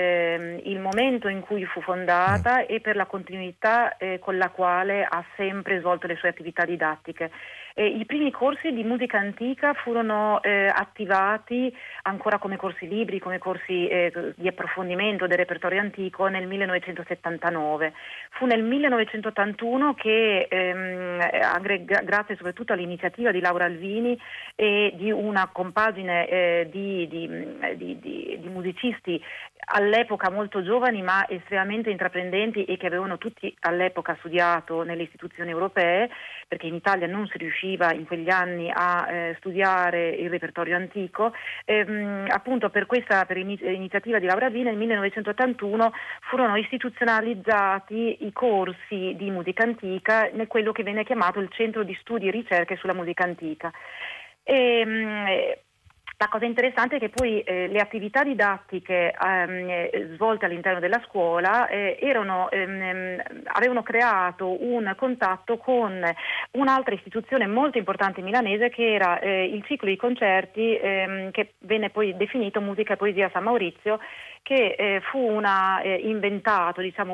eh, il momento in cui fu fondata mm. e per la continuità eh, con la quale ha sempre svolto le sue attività didattiche. Eh, I primi corsi di musica antica furono eh, attivati ancora come corsi libri, come corsi eh, di approfondimento del repertorio antico nel millenovecentosettantanove. Fu nel millenovecentottantuno che, ehm, grazie soprattutto all'iniziativa di Laura Alvini e di una compagine eh, di, di, di, di, di musicisti all'epoca molto giovani ma estremamente intraprendenti e che avevano tutti all'epoca studiato nelle istituzioni europee, perché in Italia non si riusciva in quegli anni a eh, studiare il repertorio antico. Ehm, appunto per questa per iniziativa di Laura Alvini nel millenovecentottantuno furono istituzionalizzati i corsi di musica antica in quello che venne chiamato il Centro di Studi e Ricerche sulla Musica Antica. Ehm, La cosa interessante è che poi eh, le attività didattiche ehm, svolte all'interno della scuola eh, erano, ehm, avevano creato un contatto con un'altra istituzione molto importante milanese, che era eh, il ciclo di concerti ehm, che venne poi definito Musica e Poesia San Maurizio, che eh, fu una, eh, inventato, diciamo,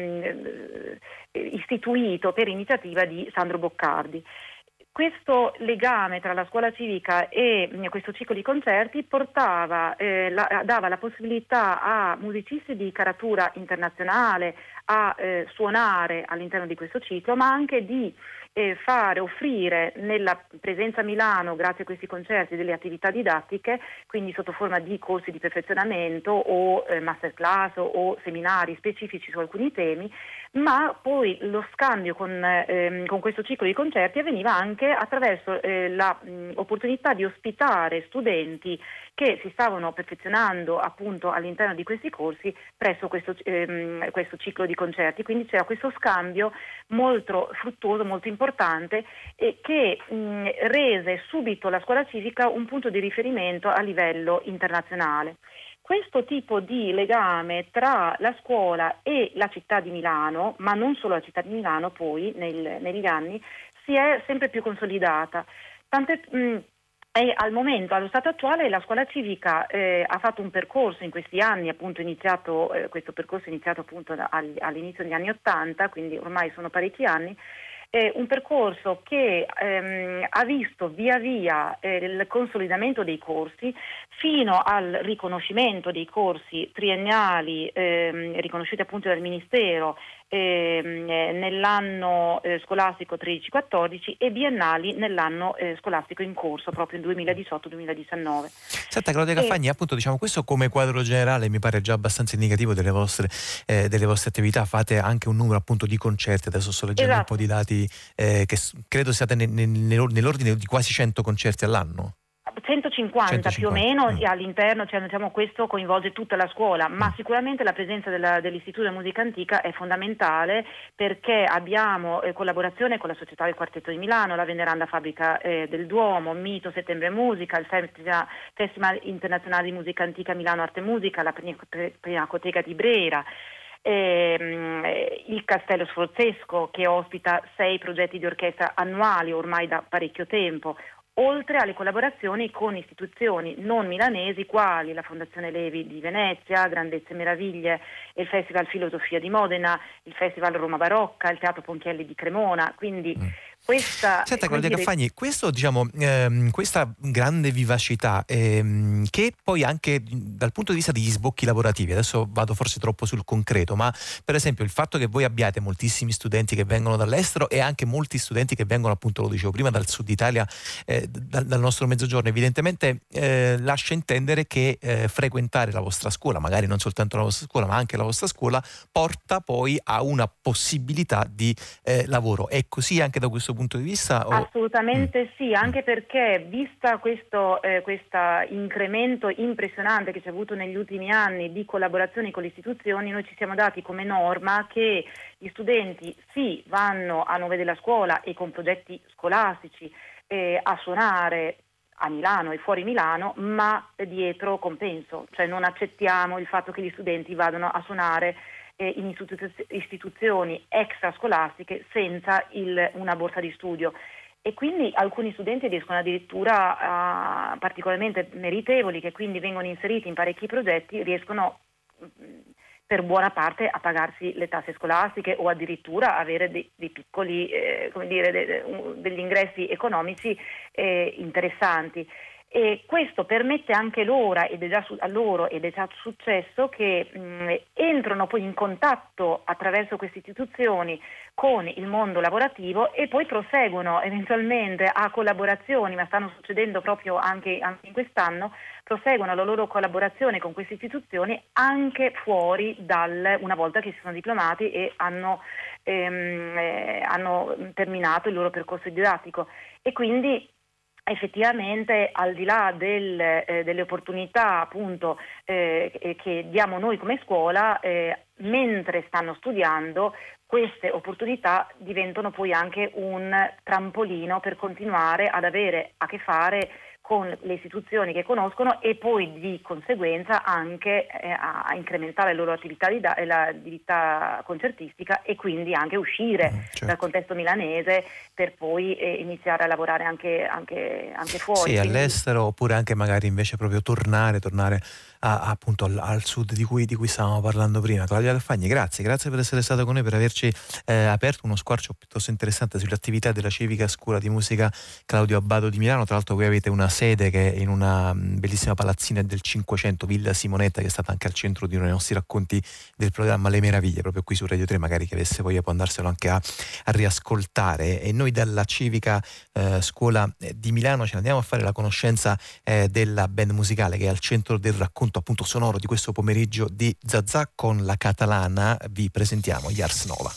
mh, istituito per iniziativa di Sandro Boccardi. Questo legame tra la scuola civica e questo ciclo di concerti portava, eh, la, dava la possibilità a musicisti di caratura internazionale a eh, suonare all'interno di questo ciclo, ma anche di eh, fare, offrire nella presenza a Milano, grazie a questi concerti, delle attività didattiche, quindi sotto forma di corsi di perfezionamento o eh, masterclass o, o seminari specifici su alcuni temi, ma poi lo scambio con, ehm, con questo ciclo di concerti avveniva anche attraverso eh, l'opportunità di ospitare studenti che si stavano perfezionando appunto all'interno di questi corsi presso questo, ehm, questo ciclo di concerti. Quindi c'era questo scambio molto fruttuoso, molto importante, e che mh, rese subito la scuola civica un punto di riferimento a livello internazionale. Questo tipo di legame tra la scuola e la città di Milano, ma non solo la città di Milano, poi nel, negli anni si è sempre più consolidata. Tant'è, mh, e al momento, allo stato attuale, la scuola civica eh, ha fatto un percorso in questi anni, appunto iniziato, eh, questo percorso è iniziato appunto da, all'inizio degli anni Ottanta, quindi ormai sono parecchi anni. Eh, un percorso che ehm, ha visto via via eh, il consolidamento dei corsi fino al riconoscimento dei corsi triennali ehm, riconosciuti appunto dal Ministero eh, nell'anno eh, scolastico tredici quattordici e biennali nell'anno eh, scolastico in corso, proprio in duemiladiciotto duemiladiciannove. Senta Claudia Caffagni, e... appunto diciamo questo come quadro generale mi pare già abbastanza indicativo delle vostre, eh, delle vostre attività. Fate anche un numero appunto di concerti, adesso sto leggendo esatto. un po' di dati, eh, che credo siate ne, ne, nell'ordine di quasi cento concerti all'anno. centocinquanta, centocinquanta più o meno, mm. all'interno, cioè, diciamo, questo coinvolge tutta la scuola, ma mm. sicuramente la presenza della, dell'Istituto della Musica Antica è fondamentale, perché abbiamo eh, collaborazione con la Società del Quartetto di Milano, la Veneranda Fabbrica eh, del Duomo, Mito Settembre Musica, il Festival Internazionale di Musica Antica Milano Arte e Musica, la Pinacoteca di Brera, eh, il Castello Sforzesco, che ospita sei progetti di orchestra annuali ormai da parecchio tempo, oltre alle collaborazioni con istituzioni non milanesi quali la Fondazione Levi di Venezia, Grandezze e Meraviglie, il Festival Filosofia di Modena, il Festival Roma Barocca, il Teatro Ponchielli di Cremona, quindi mm. questa... Senta Claudia dire... Caffagni, questo, diciamo, ehm, questa grande vivacità ehm, che poi anche dal punto di vista degli sbocchi lavorativi, adesso vado forse troppo sul concreto, ma per esempio il fatto che voi abbiate moltissimi studenti che vengono dall'estero e anche molti studenti che vengono, appunto lo dicevo prima, dal sud Italia, eh, dal, dal nostro mezzogiorno, evidentemente eh, lascia intendere che eh, frequentare la vostra scuola, magari non soltanto la vostra scuola ma anche la vostra scuola, porta poi a una possibilità di eh, lavoro. È così anche da questo punto di vista? O... Assolutamente mm. sì, anche perché vista questo eh, questo incremento impressionante che c'è avuto negli ultimi anni di collaborazioni con le istituzioni, noi ci siamo dati come norma che gli studenti sì vanno a nome della scuola e con progetti scolastici eh, a suonare a Milano e fuori Milano, ma dietro compenso, cioè non accettiamo il fatto che gli studenti vadano a suonare in istituzioni extrascolastiche senza il, una borsa di studio, e quindi alcuni studenti riescono addirittura uh, particolarmente meritevoli, che quindi vengono inseriti in parecchi progetti, riescono per buona parte a pagarsi le tasse scolastiche o addirittura avere dei, dei piccoli eh, come dire de, de, degli ingressi economici eh, interessanti. E questo permette anche loro, ed è già su, a loro ed è già successo, che mh, entrano poi in contatto attraverso queste istituzioni con il mondo lavorativo e poi proseguono eventualmente a collaborazioni, ma stanno succedendo proprio anche, anche in quest'anno, proseguono la loro collaborazione con queste istituzioni anche fuori dal, una volta che si sono diplomati e hanno, ehm, eh, hanno terminato il loro percorso didattico. E quindi effettivamente, al di là del, eh, delle opportunità appunto eh, che diamo noi come scuola, eh, mentre stanno studiando, queste opportunità diventano poi anche un trampolino per continuare ad avere a che fare con le istituzioni che conoscono e poi di conseguenza anche eh, a incrementare la loro attività, di da- l'attività concertistica e quindi anche uscire mm, certo. dal contesto milanese per poi eh, iniziare a lavorare anche, anche, anche fuori. Sì, quindi... all'estero, oppure anche magari invece proprio tornare, tornare a, appunto al, al sud di cui, di cui stavamo parlando prima. Claudia Caffagni, grazie, grazie per essere stata con noi, per averci eh, aperto uno squarcio piuttosto interessante sulle attività della Civica Scuola di Musica Claudio Abbado di Milano. Tra l'altro voi avete una sede che è in una bellissima palazzina del Cinquecento, Villa Simonetta, che è stata anche al centro di uno dei nostri racconti del programma Le Meraviglie, proprio qui su Radio tre, magari chi avesse voglia può andarselo anche a, a riascoltare. E noi dalla Civica eh, Scuola di Milano ce ne andiamo a fare la conoscenza eh, della band musicale che è al centro del racconto appunto sonoro di questo pomeriggio di Zazà. Con la catalana vi presentiamo gli Ars Nova.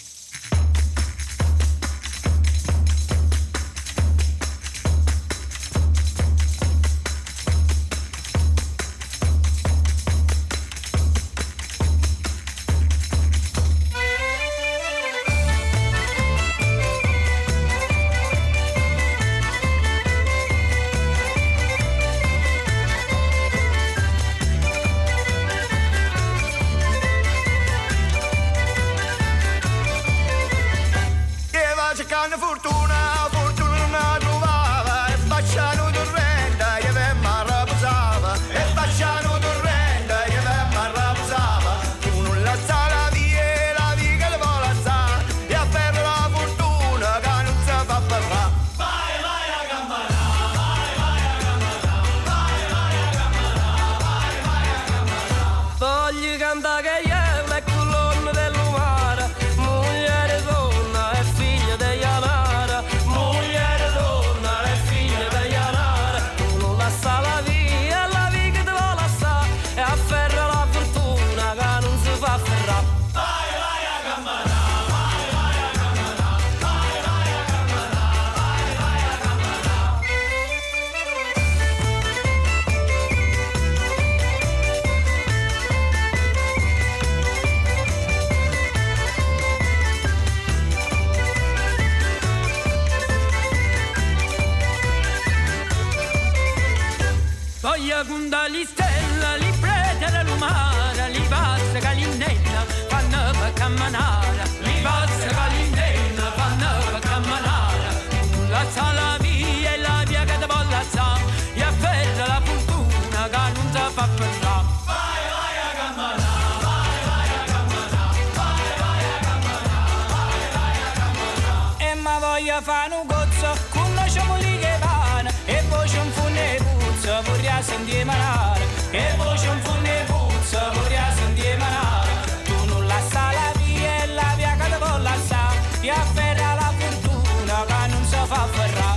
voglio fare un gozzo, conosciamo lì che vanno, e poi c'è un funne puzza, vorrei sentire manare, e poi c'è un funne puzza, vorrei sentire manare. Tu non la sa la via e la via che te vuole sa, ti afferra la fortuna che non si fa afferrare.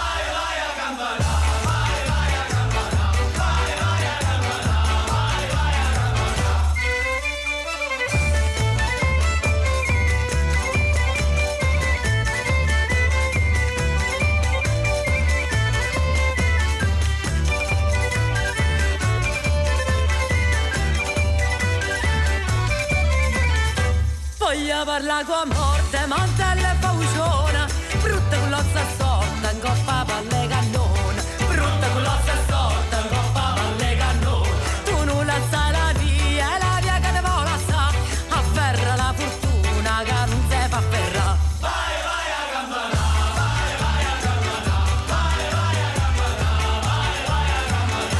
Voglio parlare con morte, mantella e pauciona, brutta culozza assorta, in coppa palle cannone, brutta culozza assorta, in coppa palle cannone. Tu non la sai la via, e la via che te vola sa, afferra la fortuna che non si fa afferrare. Vai, vai a campanà, vai, vai a campanà, vai, vai a campanà, vai, vai a campanà.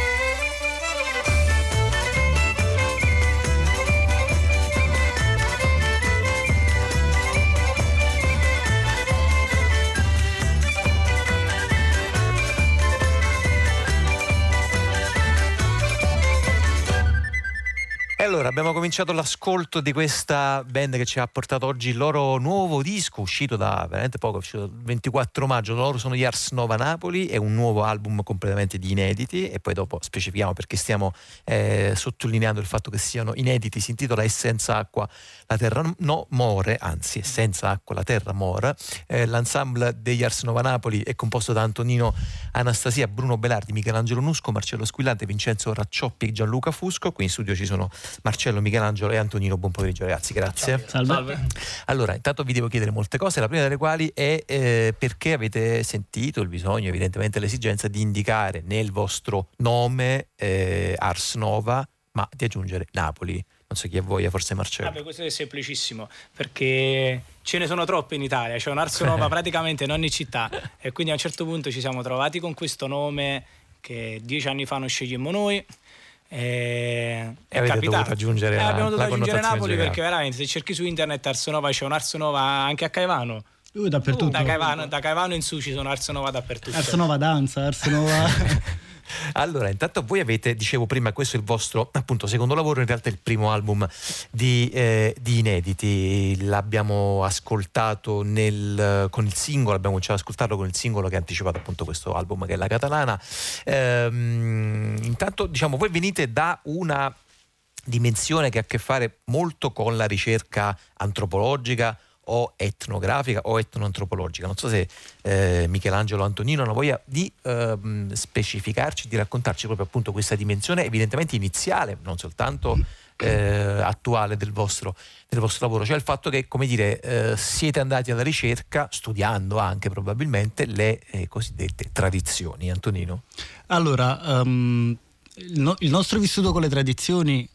Allora, abbiamo cominciato l'ascolto di questa band che ci ha portato oggi il loro nuovo disco, uscito da veramente poco, uscito il ventiquattro maggio. Loro sono gli Ars Nova Napoli, è un nuovo album completamente di inediti, e poi dopo specifichiamo perché stiamo eh, sottolineando il fatto che siano inediti. Si intitola E senza acqua la terra no, more, anzi, senza acqua la terra mora. Eh, l'ensemble degli Ars Nova Napoli è composto da Antonino Anastasia, Bruno Belardi, Michelangelo Nusco, Marcello Squillante, Vincenzo Raccioppi e Gianluca Fusco. Qui in studio ci sono Marcello, Michelangelo e Antonino. Buon pomeriggio ragazzi, grazie. Salve. Salve. Allora, intanto vi devo chiedere molte cose, la prima delle quali è eh, perché avete sentito il bisogno, evidentemente l'esigenza di indicare nel vostro nome eh, Ars Nova, ma di aggiungere Napoli. Non so chi è voglia, forse Marcello. Vabbè, questo è semplicissimo, perché ce ne sono troppe in Italia, c'è un Ars Nova praticamente in ogni città, e quindi a un certo punto ci siamo trovati con questo nome che dieci anni fa non scegliemmo noi. E, e avete dovuto aggiungere, eh, la, abbiamo dovuto la aggiungere Napoli generale. Perché veramente se cerchi su internet Ars Nova c'è un Ars Nova anche a Caivano. Uh, dappertutto. Da Caivano, da Caivano in su ci sono Ars Nova dappertutto. Ars Nova danza, Ars Nova. Allora, intanto voi avete, dicevo prima, questo è il vostro appunto secondo lavoro, in realtà è il primo album di, eh, di inediti. L'abbiamo ascoltato nel, con il singolo, abbiamo cominciato ad ascoltarlo con il singolo che ha anticipato appunto questo album, che è La Catalana. Ehm, intanto, diciamo, voi venite da una dimensione che ha a che fare molto con la ricerca antropologica o etnografica o etnoantropologica. Non so se eh, Michelangelo o Antonino hanno voglia di eh, specificarci, di raccontarci proprio appunto questa dimensione evidentemente iniziale, non soltanto eh, attuale del vostro, del vostro lavoro, cioè il fatto che, come dire, eh, siete andati alla ricerca studiando anche probabilmente le eh, cosiddette tradizioni. Antonino? Allora, um, il, no- il nostro vissuto con le tradizioni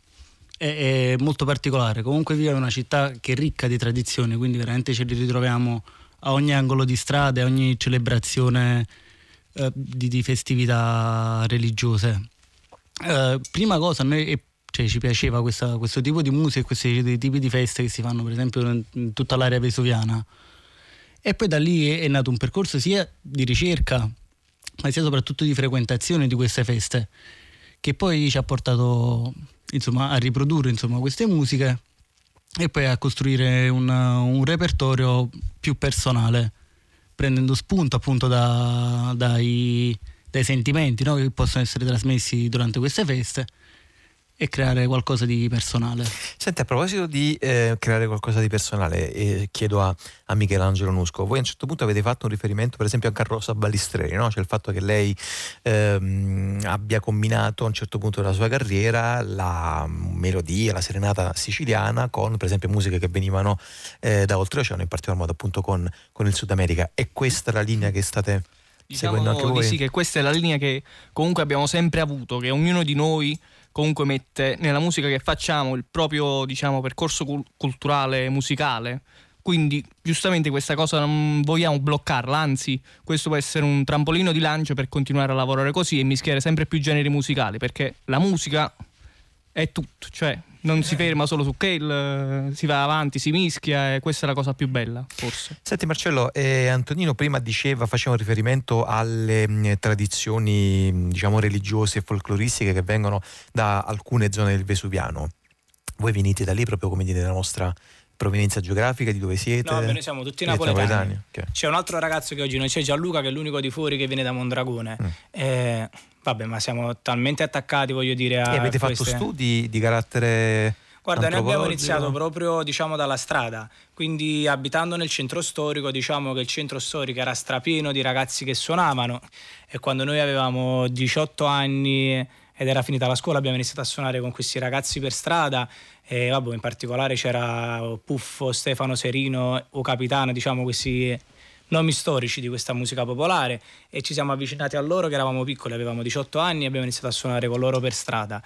è molto particolare. Comunque vive una città che è ricca di tradizioni, quindi veramente ci ritroviamo a ogni angolo di strada, a ogni celebrazione eh, di, di festività religiose. Eh, prima cosa, a noi cioè, ci piaceva questa, questo tipo di musica e questi tipi di feste che si fanno per esempio in, in tutta l'area vesuviana, e poi da lì è, è nato un percorso sia di ricerca ma sia soprattutto di frequentazione di queste feste, che poi ci ha portato insomma a riprodurre insomma queste musiche e poi a costruire un, un repertorio più personale, prendendo spunto appunto da, dai, dai sentimenti, no, che possono essere trasmessi durante queste feste, e creare qualcosa di personale. Senti, a proposito di eh, creare qualcosa di personale, eh, chiedo a, a Michelangelo Nusco, voi a un certo punto avete fatto un riferimento per esempio anche a Rosa Balistreri, no? Cioè il fatto che lei ehm, abbia combinato a un certo punto della sua carriera la melodia, la serenata siciliana con per esempio musiche che venivano eh, da oltreoceano, in particolar modo appunto con, con il Sud America. È questa la linea che state diciamo seguendo anche voi? Di sì, che questa è la linea che comunque abbiamo sempre avuto, che ognuno di noi comunque mette nella musica che facciamo il proprio, diciamo, percorso cul- culturale, musicale. Quindi giustamente questa cosa non vogliamo bloccarla, anzi questo può essere un trampolino di lancio per continuare a lavorare così e mischiare sempre più generi musicali, perché la musica è tutto, cioè non si ferma solo su Kale, si va avanti, si mischia, e questa è la cosa più bella, forse. Senti Marcello, eh, Antonino prima diceva, faceva un riferimento alle mh, tradizioni diciamo religiose e folcloristiche che vengono da alcune zone del Vesuviano. Voi venite da lì proprio, come dire, dalla nostra provenienza geografica, di dove siete? No, noi siamo tutti napoletani. napoletani. Okay. C'è un altro ragazzo che oggi non c'è, Gianluca, che è l'unico di fuori che viene da Mondragone. Mm. Eh, vabbè, ma siamo talmente attaccati, voglio dire, a E avete queste... fatto studi di carattere... Guarda, noi abbiamo iniziato proprio, diciamo, dalla strada, quindi abitando nel centro storico, diciamo che il centro storico era strapieno di ragazzi che suonavano, e quando noi avevamo diciotto anni ed era finita la scuola abbiamo iniziato a suonare con questi ragazzi per strada, e vabbè, in particolare c'era Puffo, Stefano Serino o Capitano, diciamo questi nomi storici di questa musica popolare, e ci siamo avvicinati a loro che eravamo piccoli, avevamo diciotto anni e abbiamo iniziato a suonare con loro per strada.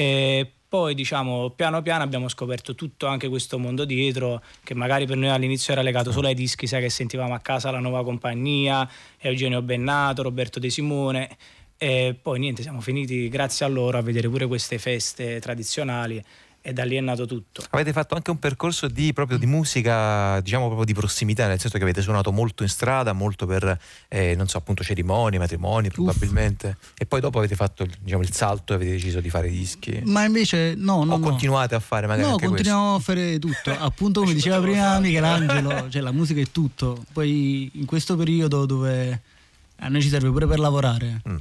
E poi, diciamo, piano piano abbiamo scoperto tutto anche questo mondo dietro, che magari per noi all'inizio era legato solo ai dischi, sai, che sentivamo a casa La Nuova Compagnia, Eugenio Bennato, Roberto De Simone, e poi niente, siamo finiti grazie a loro a vedere pure queste feste tradizionali, e da lì è nato tutto. Avete fatto anche un percorso di, proprio di musica, diciamo proprio di prossimità, nel senso che avete suonato molto in strada, molto per, eh, non so, appunto cerimonie, matrimoni probabilmente. Uff. E poi dopo avete fatto, diciamo, il salto e avete deciso di fare dischi. Ma invece no, no. O continuate no. a fare magari no, anche continuiamo questo? a fare tutto. Appunto, come diceva prima Michelangelo, cioè la musica è tutto. Poi in questo periodo dove a noi ci serve pure per lavorare, mm.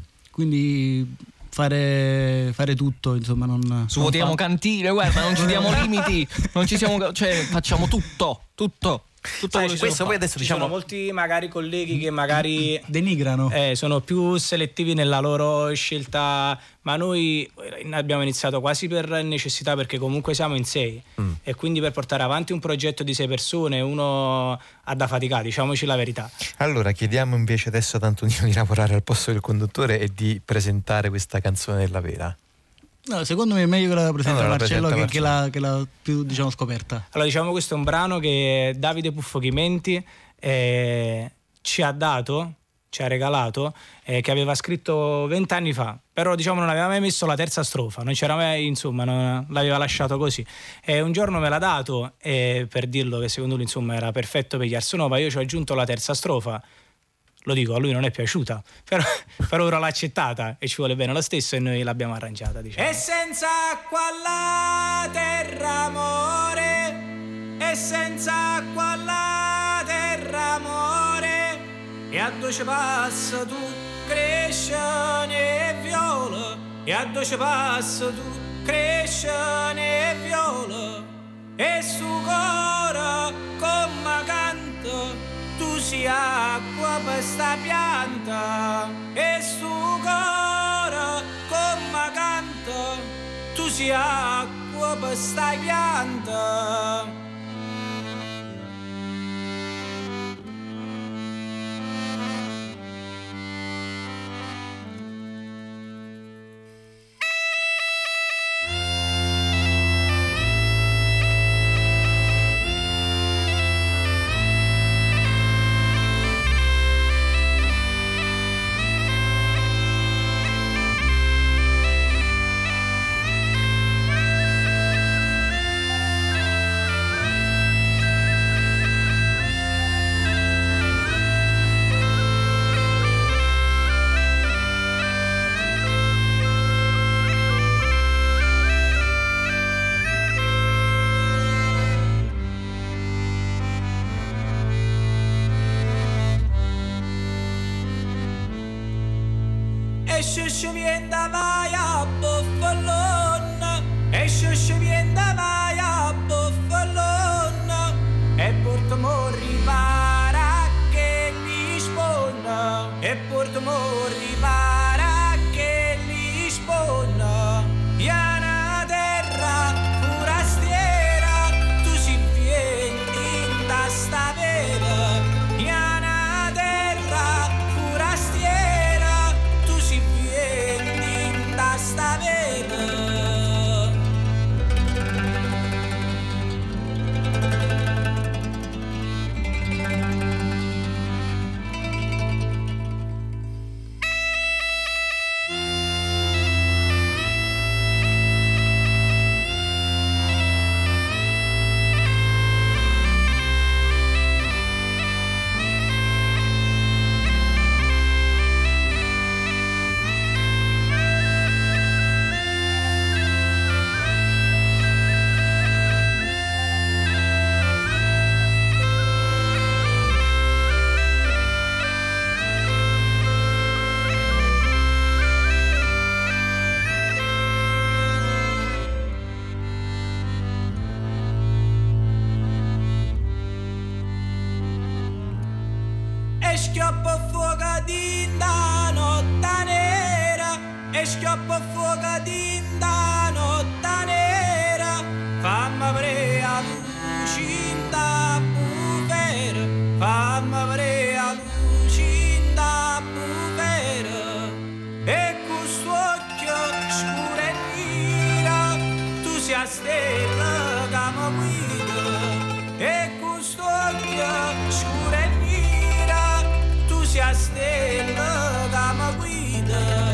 quindi Fare, fare tutto, insomma, non svuotiamo non fa... cantine, guarda, non ci diamo limiti, non ci siamo, cioè facciamo tutto, tutto. Tutto Sai, questo poi adesso, ci diciamo... sono molti magari colleghi che magari denigrano, eh, sono più selettivi nella loro scelta, ma noi abbiamo iniziato quasi per necessità, perché comunque siamo in sei mm. e quindi per portare avanti un progetto di sei persone uno ha da faticare, diciamoci la verità. Allora chiediamo invece adesso ad Antonino di lavorare al posto del conduttore e di presentare questa canzone della Vera. No, secondo me è meglio che la presenta allora, Marcello, la che, Marcello. che, la, che la più, diciamo, scoperta. Allora, diciamo, questo è un brano che Davide Puffo Chimenti eh, ci ha dato, ci ha regalato, eh, che aveva scritto vent'anni fa, però diciamo non aveva mai messo la terza strofa, non c'era mai, insomma, non, l'aveva lasciato così. E un giorno me l'ha dato, e per dirlo che secondo lui, insomma, era perfetto per gli Arsenova, io ci ho aggiunto la terza strofa. Lo dico, a lui non è piaciuta, però, però ora l'ha accettata e ci vuole bene lo stesso, e noi l'abbiamo arrangiata, diciamo. E senza acqua la terra amore, e senza acqua la terra amore, e a dove passa tu cresci e viola, e a dove passa tu cresci e viola, e su cuore come canta, tu sei acqua per sta pianta, e su cuore come canta, tu sei acqua per sta pianta. E sciusci vienda vai a buffalonna, e sciusci vienda vai a buffalonna, e portamo ripara che gli sponna, e portamo ripara che gli sponna. Piana terra forastiera, tu si vieni da sta vera. Piana terra forastiera, tu si vieni da sta vera. schioppo fuoco d'inda notte nera, e schioppo fuoco d'inda notte nera, fammi prea lucinda bufera, fammi prea lucinda bufera, e questo occhio scuro e nera, tu sia stella che mi guida, e questo occhio scuro e nera, tu sia stella che mi guida.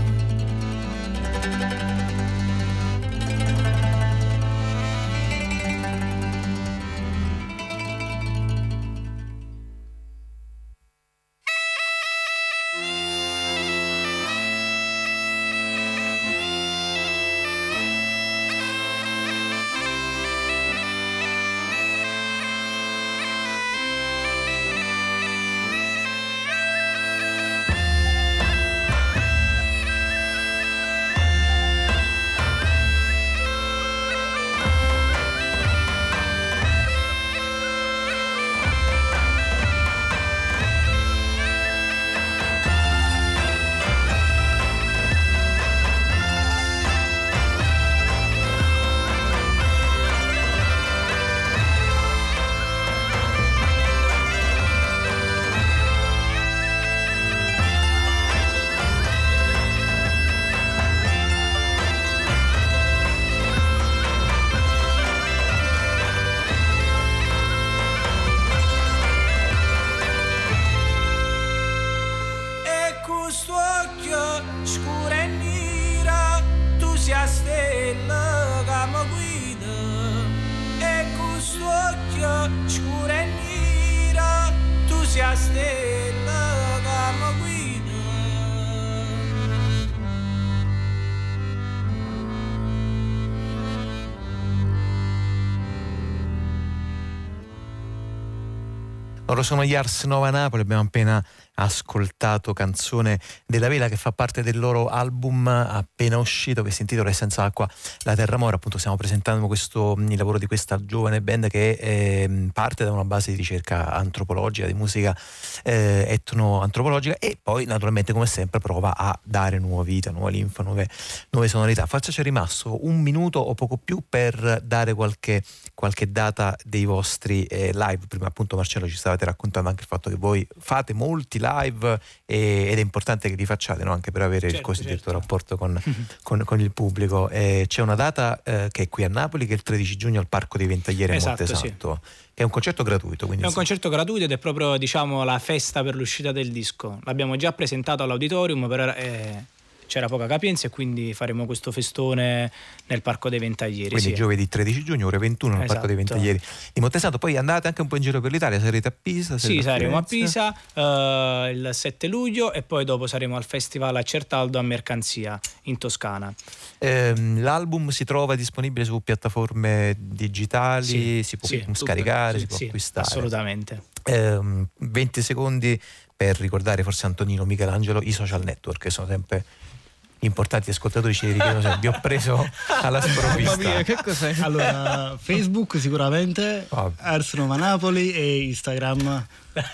Loro sono gli Ars Nova Napoli, abbiamo appena ascoltato Canzone della Vela, che fa parte del loro album appena uscito che si intitola Senza acqua la terra muore. Appunto stiamo presentando questo, il lavoro di questa giovane band che eh, parte da una base di ricerca antropologica, di musica eh, etnoantropologica, e poi naturalmente come sempre prova a dare nuova vita, nuova linfa, nuove, nuove sonorità. Forse c'è rimasto un minuto o poco più per dare qualche, qualche data dei vostri eh, live. Prima appunto Marcello ci stavate raccontando anche il fatto che voi fate molti live e, ed è importante che li facciate, no? Anche per avere certo, il cosiddetto certo. rapporto con, con, con il pubblico. Eh, c'è una data eh, che è qui a Napoli, che è il tredici giugno al Parco dei Ventaglieri a esatto, Montesanto, sì. Che è un concerto gratuito. Quindi è un concerto gratuito ed è proprio, diciamo, la festa per l'uscita del disco. L'abbiamo già presentato all'auditorium, però eh, c'era poca capienza e quindi faremo questo festone nel Parco dei Ventaglieri. Quindi sì. giovedì tredici giugno, ore ventuno, nel esatto. Parco dei Ventaglieri di Montesanto. Poi andate anche un po' in giro per l'Italia, sarete a Pisa? Sì, saremo a Pisa uh, il sette luglio e poi dopo saremo al Festival a Certaldo a Mercanzia in Toscana. Eh, l'album si trova disponibile su piattaforme digitali, sì, si può sì, scaricare, tutto, si può sì, acquistare. Assolutamente. Eh, venti secondi per ricordare forse Antonino Michelangelo, i social network che sono sempre importanti, ascoltatori ci richiedono sempre. Vi ho preso alla sprovvista. Che cos'è? Allora, Facebook sicuramente, oh. Ars Nova Napoli e Instagram.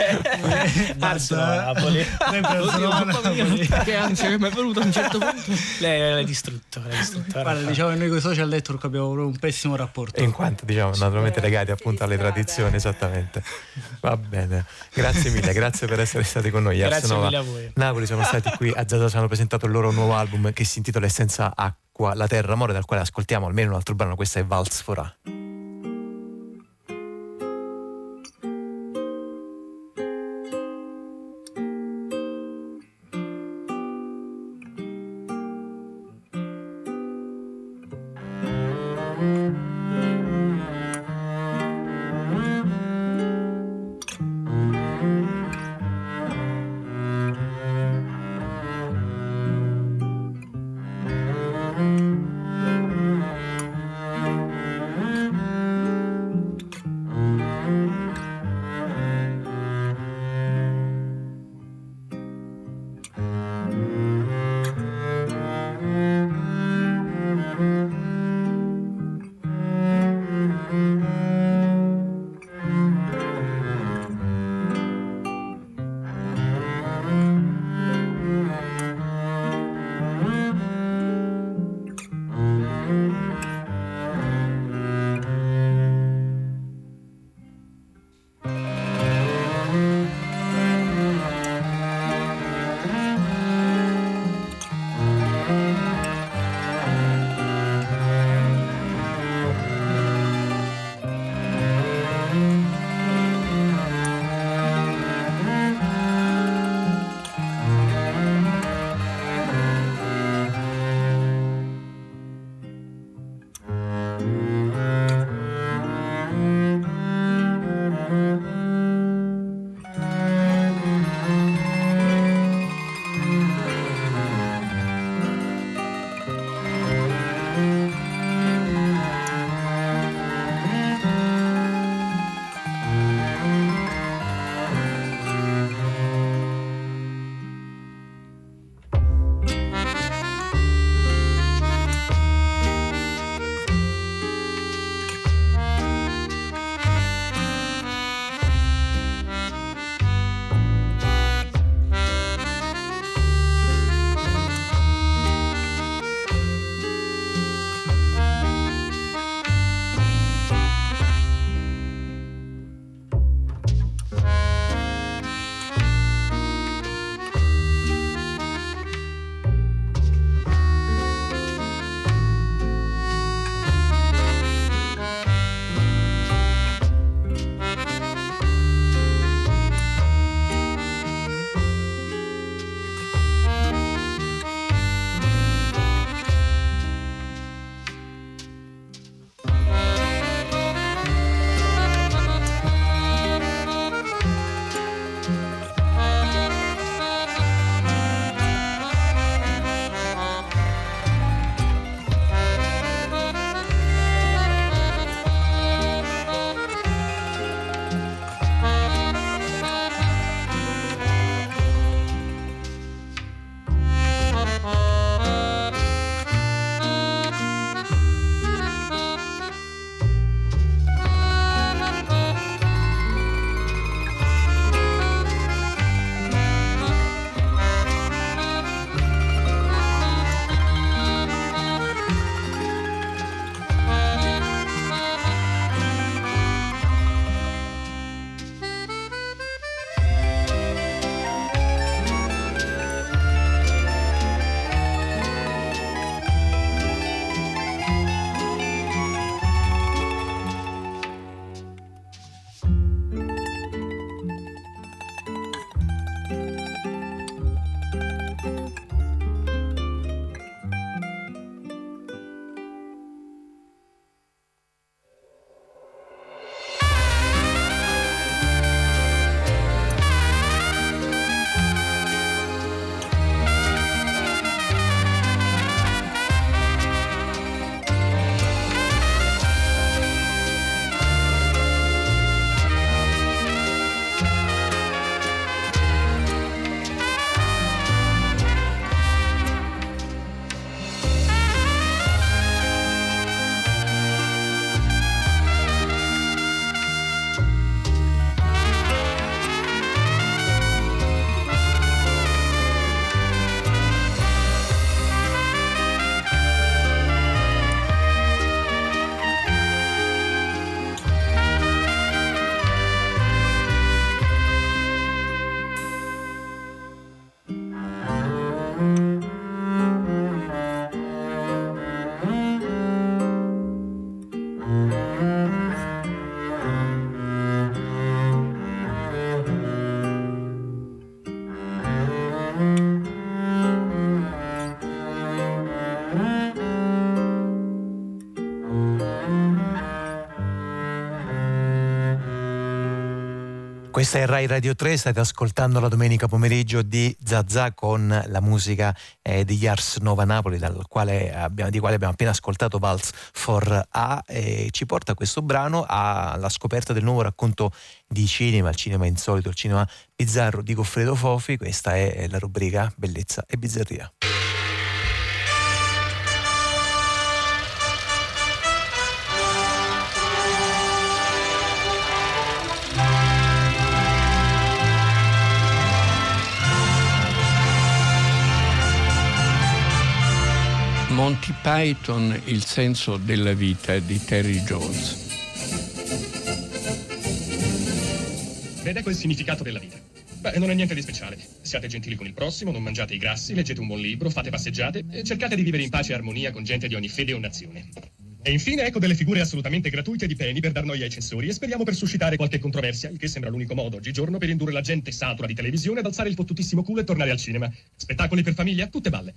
Ars Nova Napoli. Napoli. Che ansia che mi è venuto a un certo punto. Lei l'hai distrutto, l'hai distrutto. Guarda, diciamo che noi con i social network abbiamo un pessimo rapporto. In quanto diciamo naturalmente legati appunto alle tradizioni, esattamente. Va bene. Grazie mille, grazie per essere stati con noi. Grazie Ars Nova mille a voi. Napoli sono stati qui a Zazà, ci hanno presentato il loro nuovo album che si intitola Senza acqua la terra muore, dal quale ascoltiamo almeno un altro brano. Questa è Vals Forà. Questa è Rai Radio tre, state ascoltando la domenica pomeriggio di Zazà con la musica eh, degli Ars Nova Napoli, dal quale abbiamo, di quale abbiamo appena ascoltato Vals for A, e ci porta questo brano alla scoperta del nuovo racconto di cinema, il cinema insolito, il cinema bizzarro di Goffredo Fofi. Questa è la rubrica Bellezza e Bizzarria. Monty Python, il senso della vita di Terry Jones. Ed ecco il significato della vita. Beh, non è niente di speciale. Siate gentili con il prossimo, non mangiate i grassi, leggete un buon libro, fate passeggiate e cercate di vivere in pace e armonia con gente di ogni fede o nazione. E infine ecco delle figure assolutamente gratuite di Penny per dar noia ai censori e speriamo per suscitare qualche controversia, il che sembra l'unico modo oggigiorno per indurre la gente satura di televisione ad alzare il fottutissimo culo e tornare al cinema. Spettacoli per famiglia, tutte balle.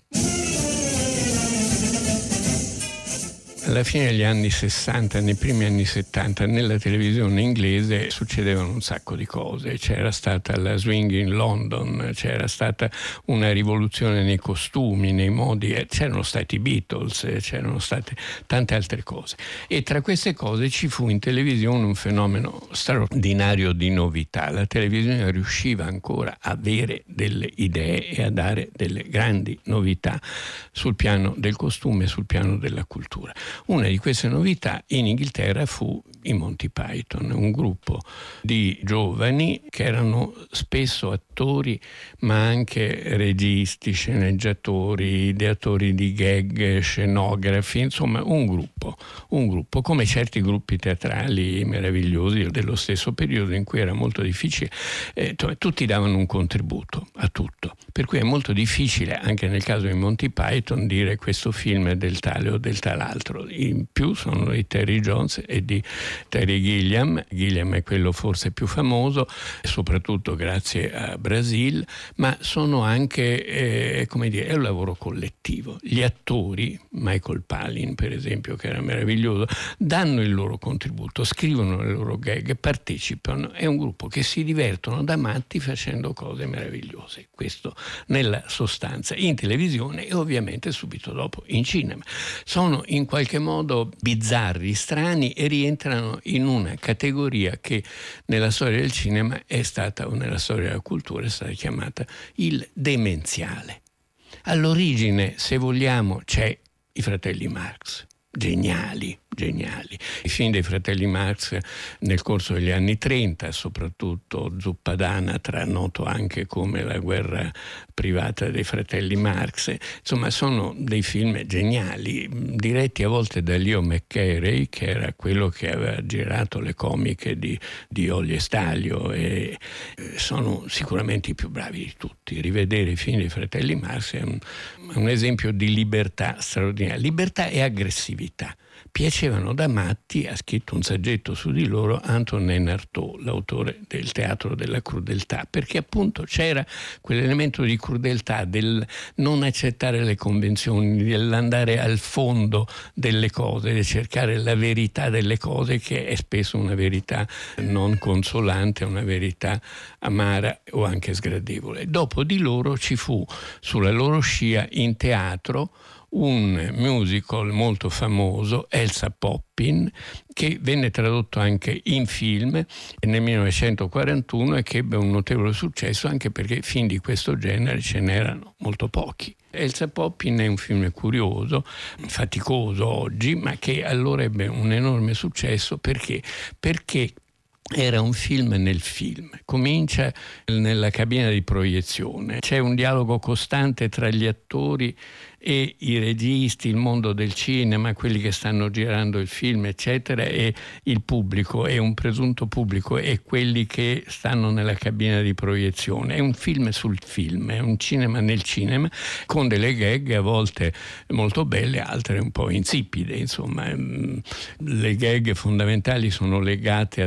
Alla fine degli anni sessanta, nei primi anni settanta, nella televisione inglese succedevano un sacco di cose. C'era stata la swing in London, c'era stata una rivoluzione nei costumi, nei modi, c'erano stati i Beatles, c'erano state tante altre cose. E tra queste cose ci fu in televisione un fenomeno straordinario di novità. La televisione riusciva ancora a avere delle idee e a dare delle grandi novità sul piano del costume e sul piano della cultura. Una di queste novità in Inghilterra fu i Monty Python, un gruppo di giovani che erano spesso attori ma anche registi, sceneggiatori, ideatori di gag, scenografi, insomma un gruppo, un gruppo come certi gruppi teatrali meravigliosi dello stesso periodo in cui era molto difficile, eh, tutti davano un contributo a tutto, per cui è molto difficile anche nel caso di Monty Python dire questo film è del tale o del tal'altro. In più sono di Terry Jones e di Terry Gilliam. Gilliam è quello forse più famoso, soprattutto grazie a Brasil, ma sono anche, eh, come dire, è un lavoro collettivo. Gli attori, Michael Palin per esempio, che era meraviglioso, danno il loro contributo, scrivono le loro gag, partecipano. È un gruppo che si divertono da matti facendo cose meravigliose. Questo nella sostanza, in televisione e ovviamente subito dopo in cinema. Sono in qualche modo bizzarri, strani e rientrano in una categoria che nella storia del cinema è stata, o nella storia della cultura è stata chiamata il demenziale. All'origine, se vogliamo, c'è i fratelli Marx, geniali, geniali. I film dei fratelli Marx nel corso degli anni trenta, soprattutto Zuppadanatra, noto anche come La guerra privata dei fratelli Marx, insomma sono dei film geniali, diretti a volte da Leo McCarey, che era quello che aveva girato le comiche di, di Ollie e Stalio, e sono sicuramente i più bravi di tutti. Rivedere i film dei fratelli Marx è un, un esempio di libertà straordinaria, libertà e aggressività. Piacevano da matti, ha scritto un saggetto su di loro Antonin Artaud, l'autore del Teatro della crudeltà, perché appunto c'era quell'elemento di crudeltà, del non accettare le convenzioni, dell'andare al fondo delle cose, di cercare la verità delle cose, che è spesso una verità non consolante, una verità amara o anche sgradevole. Dopo di loro ci fu sulla loro scia in teatro un musical molto famoso, Elsa Poppin, che venne tradotto anche in film nel millenovecentoquarantuno e che ebbe un notevole successo, anche perché film di questo genere ce n'erano molto pochi. Elsa Poppin è un film curioso, faticoso oggi, ma che allora ebbe un enorme successo. Perché? Perché era un film nel film. Comincia nella cabina di proiezione, c'è un dialogo costante tra gli attori e i registi, il mondo del cinema, quelli che stanno girando il film, eccetera, e il pubblico, e un presunto pubblico, e quelli che stanno nella cabina di proiezione. È un film sul film, è un cinema nel cinema, con delle gag a volte molto belle, altre un po' insipide. Insomma, le gag fondamentali sono legate a due personaggi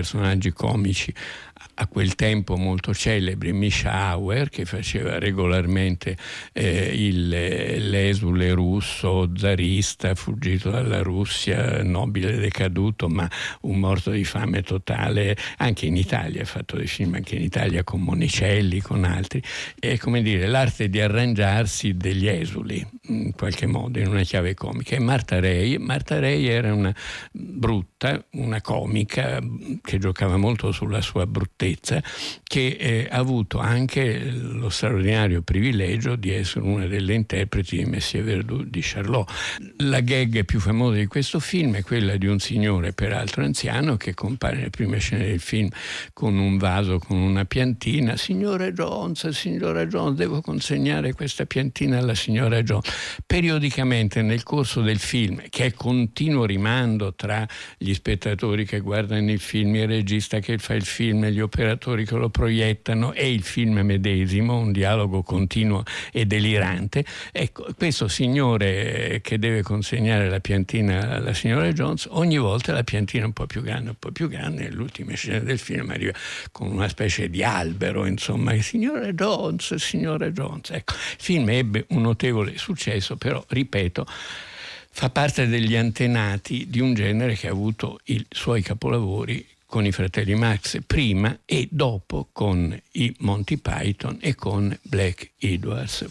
personaggi comici a quel tempo molto celebri, Mischa Auer, che faceva regolarmente eh, il, l'esule russo, zarista, fuggito dalla Russia, nobile decaduto, ma un morto di fame totale. Anche in Italia ha fatto dei film, anche in Italia, con Monicelli, con altri. È, come dire, l'arte di arrangiarsi degli esuli, in qualche modo, in una chiave comica. E Marta Rei, Marta Rei era una brutta, una comica che giocava molto sulla sua bruttezza, che eh, ha avuto anche lo straordinario privilegio di essere una delle interpreti di Messier Verdoux di Charlot. La gag più famosa di questo film è quella di un signore, peraltro anziano, che compare nelle prime scene del film con un vaso, con una piantina. Signore Jones, signora Jones, devo consegnare questa piantina alla signora Jones. Periodicamente nel corso del film, che è continuo rimando tra gli spettatori che guardano il film, il regista che fa il film, gli operatori che lo proiettano e il film medesimo, un dialogo continuo e delirante. Ecco, questo signore che deve consegnare la piantina alla signora Jones, ogni volta la piantina un po' più grande, un po' più grande, nell'ultima scena del film arriva con una specie di albero, insomma, signora Jones, signora Jones. Ecco, il film ebbe un notevole successo, però, ripeto, fa parte degli antenati di un genere che ha avuto i suoi capolavori con i fratelli Marx prima e dopo con i Monty Python e con Black Edwards.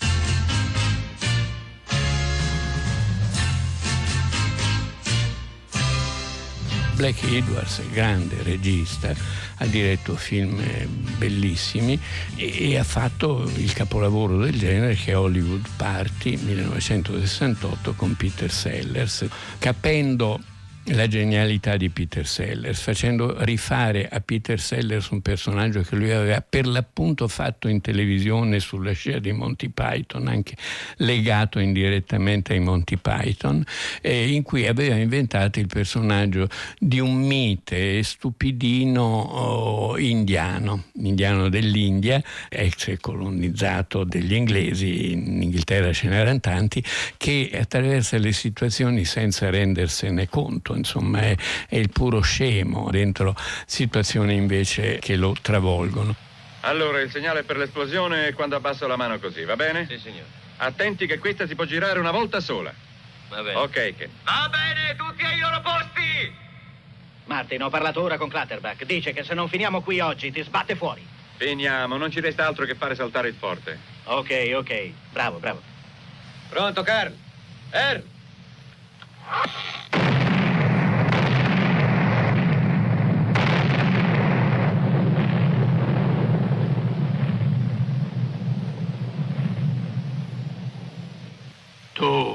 Black Edwards, grande regista, ha diretto film bellissimi e, e ha fatto il capolavoro del genere che è Hollywood Party millenovecentosessantotto con Peter Sellers, capendo la genialità di Peter Sellers, facendo rifare a Peter Sellers un personaggio che lui aveva per l'appunto fatto in televisione sulla scia di Monty Python, anche legato indirettamente ai Monty Python, eh, in cui aveva inventato il personaggio di un mite stupidino oh, indiano, indiano dell'India, ex colonizzato degli inglesi, in Inghilterra ce n'erano tanti, che attraversa le situazioni senza rendersene conto. Insomma, è, è il puro scemo dentro situazioni invece che lo travolgono. Allora, il segnale per l'esplosione è quando abbasso la mano così, va bene? Sì, signore. Attenti che questa si può girare una volta sola. Va bene. Ok, che... Va bene, tutti ai loro posti! Martin, ho parlato ora con Clutterbuck. Dice che se non finiamo qui oggi ti sbatte fuori. Finiamo, non ci resta altro che fare saltare il forte. Ok, ok. Bravo, bravo. Pronto, Carl? Er! Tu,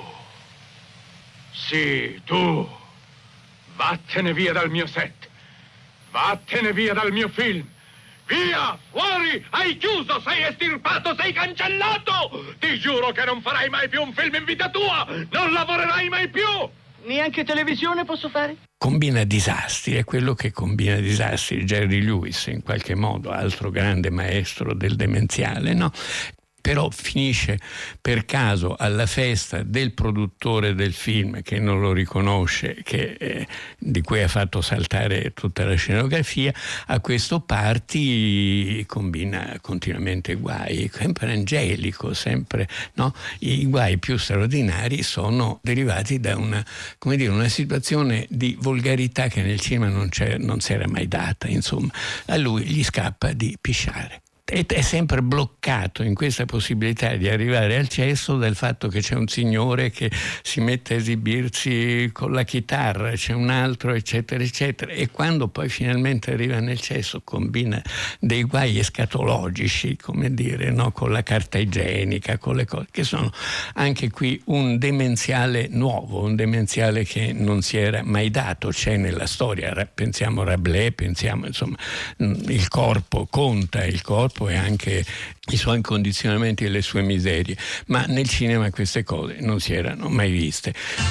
sì, tu, vattene via dal mio set, vattene via dal mio film, via, fuori, hai chiuso, sei estirpato, sei cancellato, ti giuro che non farai mai più un film in vita tua, non lavorerai mai più. Neanche televisione posso fare? Combina disastri, è quello che combina disastri Jerry Lewis, in qualche modo, altro grande maestro del demenziale, no? Però finisce per caso alla festa del produttore del film, che non lo riconosce, che, eh, di cui ha fatto saltare tutta la scenografia. A questo party combina continuamente guai, sempre angelico, sempre, no? I guai più straordinari sono derivati da una, come dire, una situazione di volgarità che nel cinema non, c'è, non si era mai data. Insomma, a lui gli scappa di pisciare. È sempre bloccato in questa possibilità di arrivare al cesso dal fatto che c'è un signore che si mette a esibirsi con la chitarra, c'è un altro, eccetera, eccetera. E quando poi finalmente arriva nel cesso combina dei guai escatologici, come dire, no? Con la carta igienica, con le cose, che sono anche qui un demenziale nuovo, un demenziale che non si era mai dato, c'è nella storia. Pensiamo a Rabelais, pensiamo, insomma, il corpo conta, il corpo e anche i suoi condizionamenti e le sue miserie, ma nel cinema queste cose non si erano mai viste.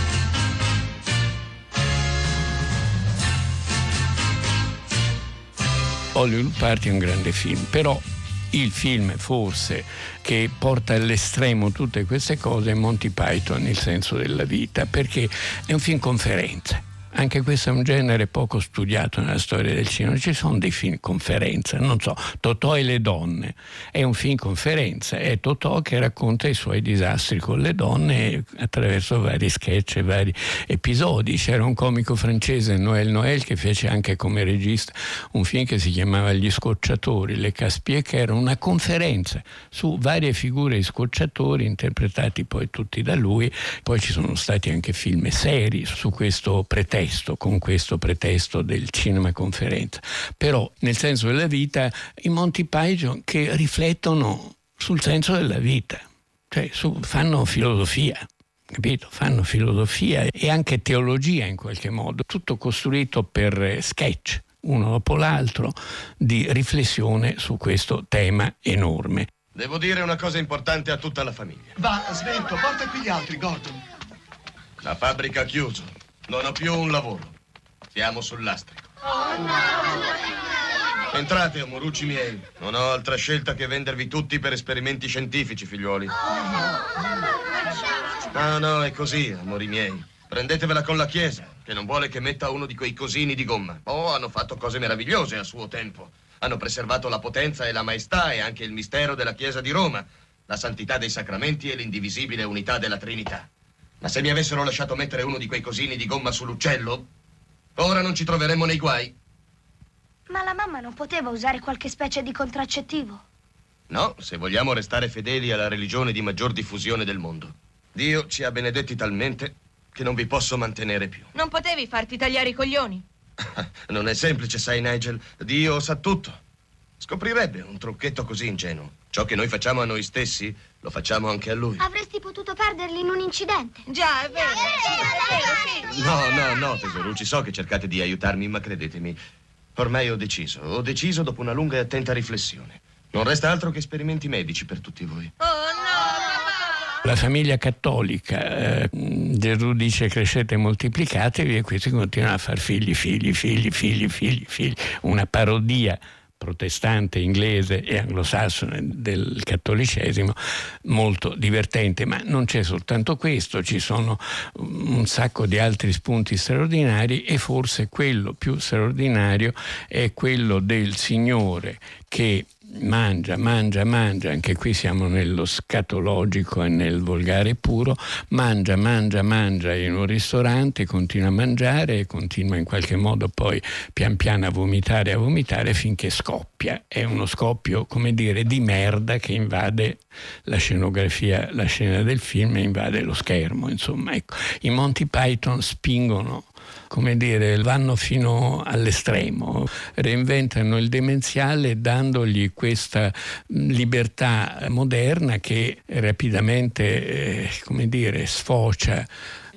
Hollywood Party è un grande film, però il film forse che porta all'estremo tutte queste cose è Monty Python, Il senso della vita, perché è un film conferenza. Anche questo è un genere poco studiato nella storia del cinema. Ci sono dei film conferenza, non so, Totò e le donne. È un film conferenza, è Totò che racconta i suoi disastri con le donne attraverso vari sketch e vari episodi. C'era un comico francese, Noël Noël, che fece anche come regista un film che si chiamava Gli scocciatori, Le Caspie, che era una conferenza su varie figure di scocciatori interpretati poi tutti da lui. Poi ci sono stati anche film seri su questo pretesto, con questo pretesto del cinema conferenza. Però nel senso della vita i Monty Python che riflettono sul senso della vita, cioè su, fanno filosofia, capito? Fanno filosofia e anche teologia in qualche modo, tutto costruito per sketch, uno dopo l'altro, di riflessione su questo tema enorme. Devo dire una cosa importante a tutta la famiglia. Va, smetto, porta qui gli altri, Gordon. La fabbrica ha chiuso. Non ho più un lavoro. Siamo sul lastrico. Oh, no. Entrate, amorucci miei. Non ho altra scelta che vendervi tutti per esperimenti scientifici, figliuoli. No, no, è così, amori miei. Prendetevela con la Chiesa, che non vuole che metta uno di quei cosini di gomma. Oh, hanno fatto cose meravigliose a suo tempo. Hanno preservato la potenza e la maestà e anche il mistero della Chiesa di Roma, la santità dei sacramenti e l'indivisibile unità della Trinità. Ma se mi avessero lasciato mettere uno di quei cosini di gomma sull'uccello, ora non ci troveremmo nei guai. Ma la mamma non poteva usare qualche specie di contraccettivo? No, se vogliamo restare fedeli alla religione di maggior diffusione del mondo. Dio ci ha benedetti talmente che non vi posso mantenere più. Non potevi farti tagliare i coglioni? Non è semplice, sai, Nigel. Dio sa tutto. Scoprirebbe un trucchetto così ingenuo. Ciò che noi facciamo a noi stessi, lo facciamo anche a lui. Avresti potuto perderli in un incidente. Già, è vero. È vero, sì. No, no, no, tesorucci, so che cercate di aiutarmi, ma credetemi, ormai ho deciso. Ho deciso dopo una lunga e attenta riflessione. Non resta altro che esperimenti medici per tutti voi. Oh, no! La famiglia cattolica, eh, Gesù dice crescete e moltiplicatevi, e questi continuano a far figli, figli, figli, figli, figli, figli. Una parodia protestante, inglese e anglosassone del cattolicesimo, molto divertente. Ma non c'è soltanto questo, ci sono un sacco di altri spunti straordinari, e forse quello più straordinario è quello del Signore che mangia, mangia, mangia, anche qui siamo nello scatologico e nel volgare puro, mangia, mangia, mangia in un ristorante, continua a mangiare e continua in qualche modo poi pian piano a vomitare, a vomitare finché scoppia. È uno scoppio, come dire, di merda che invade la scenografia, la scena del film, e invade lo schermo, insomma. Ecco, i Monty Python spingono, come dire, vanno fino all'estremo, reinventano il demenziale dandogli questa libertà moderna che rapidamente, eh, come dire, sfocia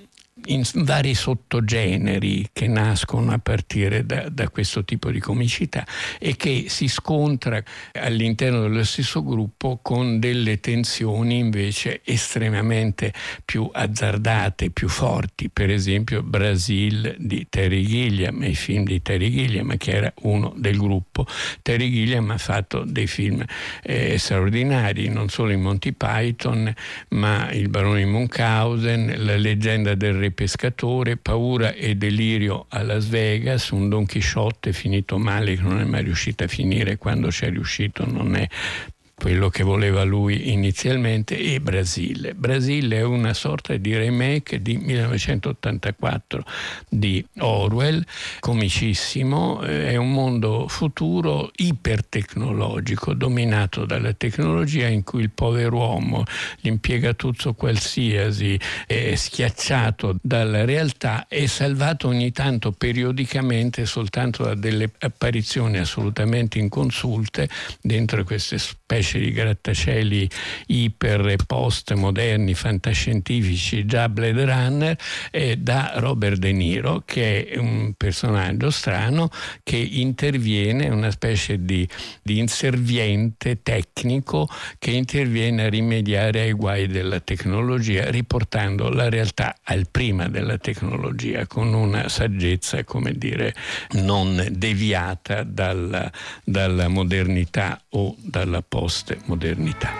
in vari sottogeneri che nascono a partire da, da questo tipo di comicità, e che si scontra all'interno dello stesso gruppo con delle tensioni invece estremamente più azzardate, più forti. Per esempio Brasil di Terry Gilliam, i film di Terry Gilliam, che era uno del gruppo. Terry Gilliam ha fatto dei film eh, straordinari, non solo i Monty Python, ma Il barone di Munchausen, La leggenda del re pescatore, Paura e delirio a Las Vegas, un Don Chisciotte finito male che non è mai riuscito a finire, quando c'è riuscito non è quello che voleva lui inizialmente, e Brasile. Brasile è una sorta di remake di millenovecentottantaquattro di Orwell, comicissimo. È un mondo futuro ipertecnologico, dominato dalla tecnologia, in cui il pover'uomo, l'impiegatuzzo qualsiasi, è schiacciato dalla realtà e salvato ogni tanto periodicamente soltanto da delle apparizioni assolutamente inconsulte dentro queste specie di grattacieli iper post moderni fantascientifici, già Blade Runner, eh, da Robert De Niro, che è un personaggio strano che interviene, una specie di, di inserviente tecnico che interviene a rimediare ai guai della tecnologia, riportando la realtà al prima della tecnologia, con una saggezza, come dire, non deviata dalla, dalla modernità o dalla post modernità.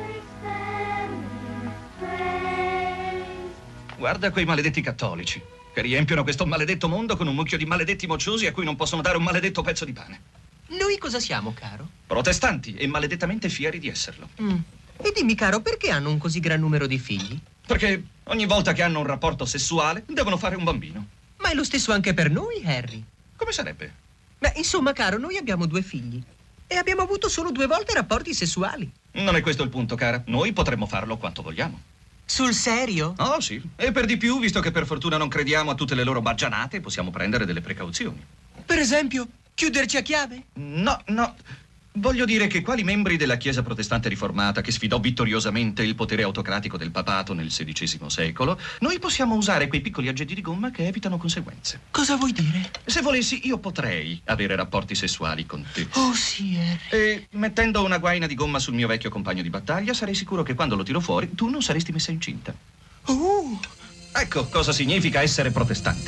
Guarda quei maledetti cattolici. che riempiono questo maledetto mondo con un mucchio di maledetti mocciosi a cui non possono dare un maledetto pezzo di pane. Noi cosa siamo, caro? Protestanti e maledettamente fieri di esserlo. Mm. E dimmi, caro, perché hanno un così gran numero di figli? Perché ogni volta che hanno un rapporto sessuale devono fare un bambino. Ma è lo stesso anche per noi, Harry. Come sarebbe? Beh, insomma, caro, noi abbiamo due figli e abbiamo avuto solo due volte rapporti sessuali. Non è questo il punto, cara. Noi potremmo farlo quanto vogliamo. Sul serio? Oh, sì. E per di più, visto che per fortuna non crediamo a tutte le loro baggianate, possiamo prendere delle precauzioni. Per esempio, chiuderci a chiave? No, no. Voglio dire che quali membri della Chiesa protestante riformata, che sfidò vittoriosamente il potere autocratico del papato nel sedicesimo secolo, noi possiamo usare quei piccoli aggetti di gomma che evitano conseguenze. Cosa vuoi dire? Se volessi, io potrei avere rapporti sessuali con te. Oh, sì, Harry. E mettendo una guaina di gomma sul mio vecchio compagno di battaglia, sarei sicuro che quando lo tiro fuori, tu non saresti messa incinta. Oh! Ecco cosa significa essere protestanti.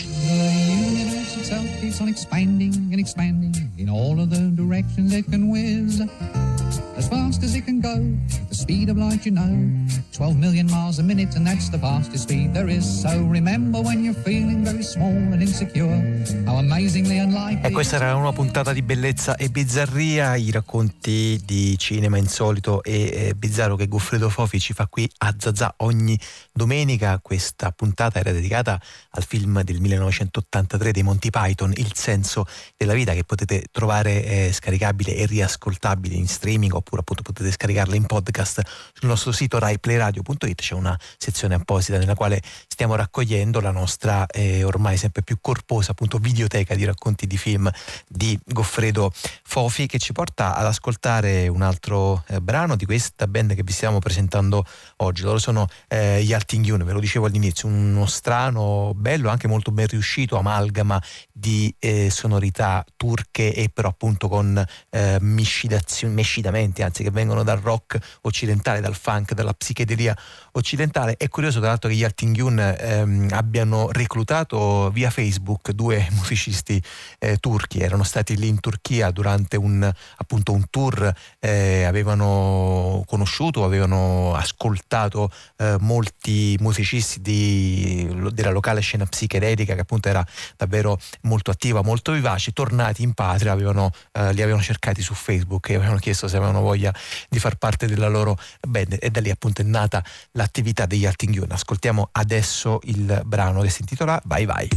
Itself keeps on expanding and expanding in all of the directions it can whiz. As fast as it can go, the speed of light, you know, twelve million miles a minute, and that's the fastest speed there is. So remember when you're feeling very small and insecure, how amazingly unlikely. E questa era una puntata di bellezza e bizzarria, i racconti di cinema insolito e eh, bizzarro che Goffredo Fofi ci fa qui a Zazà ogni domenica. Questa puntata era dedicata al film del millenovecentottantatré dei Monty Python, Il senso della vita, che potete trovare eh, scaricabile e riascoltabile in streaming, oppure appunto potete scaricarla in podcast sul nostro sito rai play radio punto it. C'è una sezione apposita nella quale stiamo raccogliendo la nostra eh, ormai sempre più corposa appunto videoteca di racconti di film di Goffredo Fofi, che ci porta ad ascoltare un altro eh, brano di questa band che vi stiamo presentando oggi. Loro sono eh, gli Altingyun, ve lo dicevo all'inizio, uno strano, bello, anche molto ben riuscito amalgama di eh, sonorità turche e però appunto con eh, miscidazioni, mescidamenti anzi, che vengono dal rock occidentale, dal funk, dalla psichedelia occidentale. È curioso tra l'altro che gli Altingyun ehm, abbiano reclutato via Facebook due musicisti eh, turchi. Erano stati lì in Turchia durante un appunto un tour, eh, avevano conosciuto, avevano ascoltato eh, molti musicisti di, della locale scena psichedelica, che appunto era davvero molto attiva, molto vivace. Tornati in patria avevano, eh, li avevano cercati su Facebook e avevano chiesto se avevano voglia di far parte della loro band, e da lì appunto è nata l'attività degli Altingyun. Ascoltiamo adesso il brano che si intitola Vai Vai.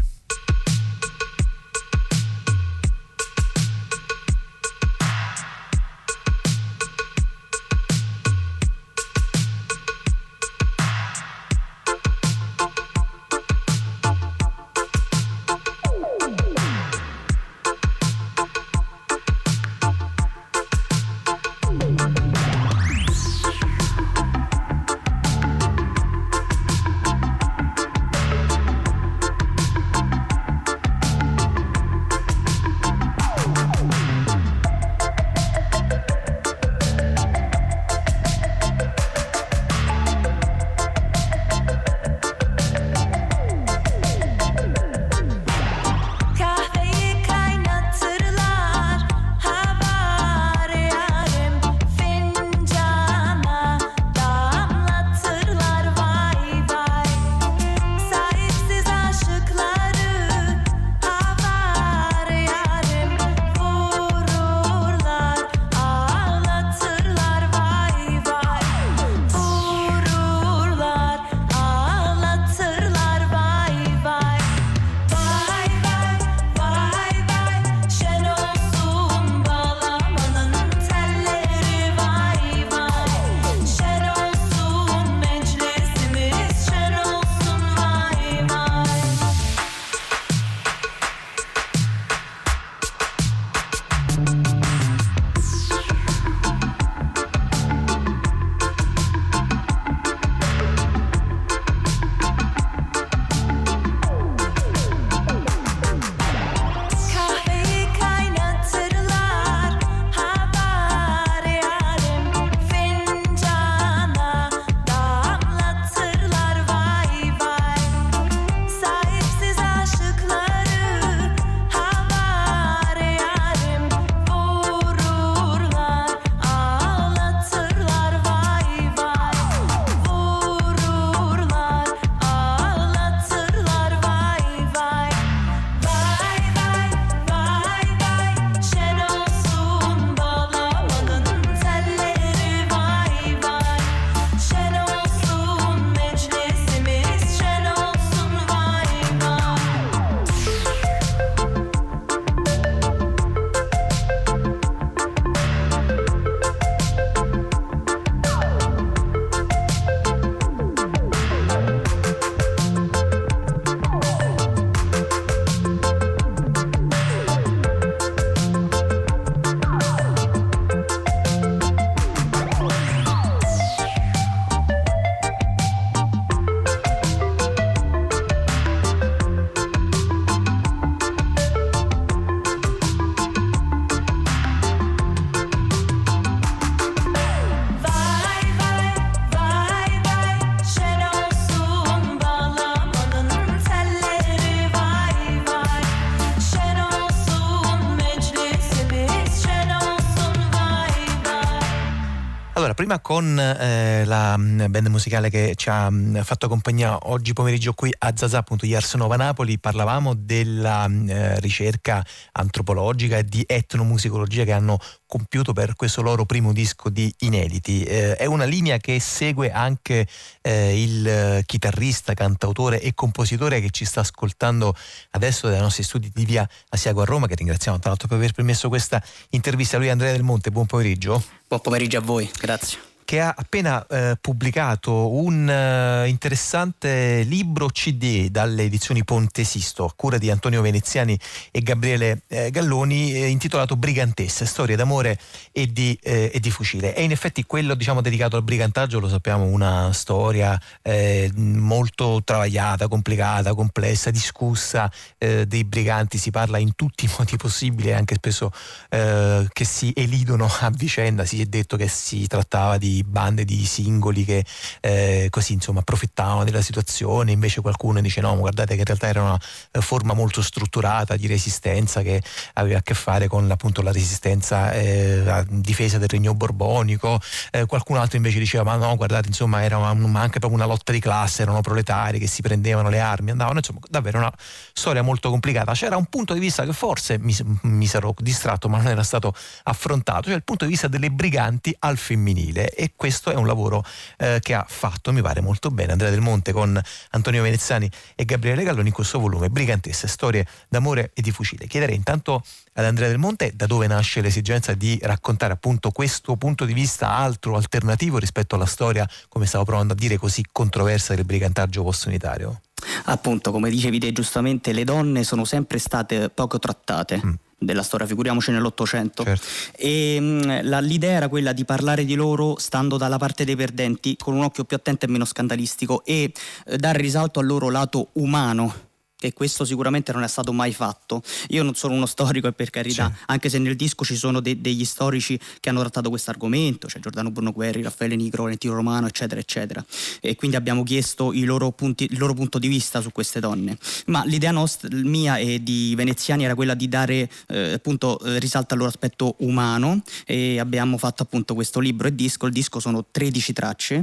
Allora, prima con eh, la band musicale che ci ha mh, fatto compagnia oggi pomeriggio qui a Zazà, appunto gli Ars Nova Napoli, parlavamo della eh, ricerca antropologica e di etnomusicologia che hanno compiuto per questo loro primo disco di inediti. Eh, è una linea che segue anche eh, il eh, chitarrista, cantautore e compositore che ci sta ascoltando adesso dai nostri studi di via Asiago a Roma, che ringraziamo tra l'altro per aver permesso questa intervista. Lui è Andrea Del Monte, buon pomeriggio. Buon pomeriggio a voi, grazie. Che ha appena eh, pubblicato un uh, interessante libro C D dalle edizioni Ponte Sisto, a cura di Antonio Veneziani e Gabriele eh, Galloni, eh, intitolato Brigantesse, storie d'amore e di, eh, e di fucile. E in effetti quello, diciamo, dedicato al brigantaggio, lo sappiamo, una storia eh, molto travagliata, complicata, complessa, discussa eh, dei briganti. Si parla in tutti i modi possibili, anche spesso eh, che si elidono a vicenda. Si è detto che si trattava di bande di singoli che eh, così insomma approfittavano della situazione, invece qualcuno dice no, guardate che in realtà era una eh, forma molto strutturata di resistenza che aveva a che fare con appunto la resistenza eh, a difesa del regno borbonico. Eh, qualcun altro invece diceva ma no, guardate, insomma era una, ma anche proprio una lotta di classe, erano proletari che si prendevano le armi, andavano, insomma davvero una storia molto complicata. C'era un punto di vista che forse mi, mi sarò distratto ma non era stato affrontato, cioè il punto di vista delle briganti al femminile, e questo è un lavoro eh, che ha fatto, mi pare molto bene, Andrea Del Monte con Antonio Veneziani e Gabriele Galloni in questo volume Brigantesse, storie d'amore e di fucile. Chiederei intanto ad Andrea Del Monte da dove nasce l'esigenza di raccontare appunto questo punto di vista altro, alternativo rispetto alla storia, come stavo provando a dire, così controversa del brigantaggio post-unitario. Appunto, come dicevi te giustamente, le donne sono sempre state poco trattate. Mm. della storia, figuriamoci nell'Ottocento. Certo. E mh, la, l'idea era quella di parlare di loro stando dalla parte dei perdenti, con un occhio più attento e meno scandalistico, e eh, dare risalto al loro lato umano, che questo sicuramente non è stato mai fatto. Io non sono uno storico, e per carità, sì, anche se nel disco ci sono de- degli storici che hanno trattato questo argomento, cioè Giordano Bruno Guerri, Raffaele Nigro, Valentino Romano, eccetera eccetera, e quindi abbiamo chiesto i loro punti, il loro punto di vista su queste donne. Ma l'idea nostra, mia e di Veneziani, era quella di dare eh, appunto eh, risalto al loro aspetto umano, e abbiamo fatto appunto questo libro e disco. Il disco sono tredici tracce,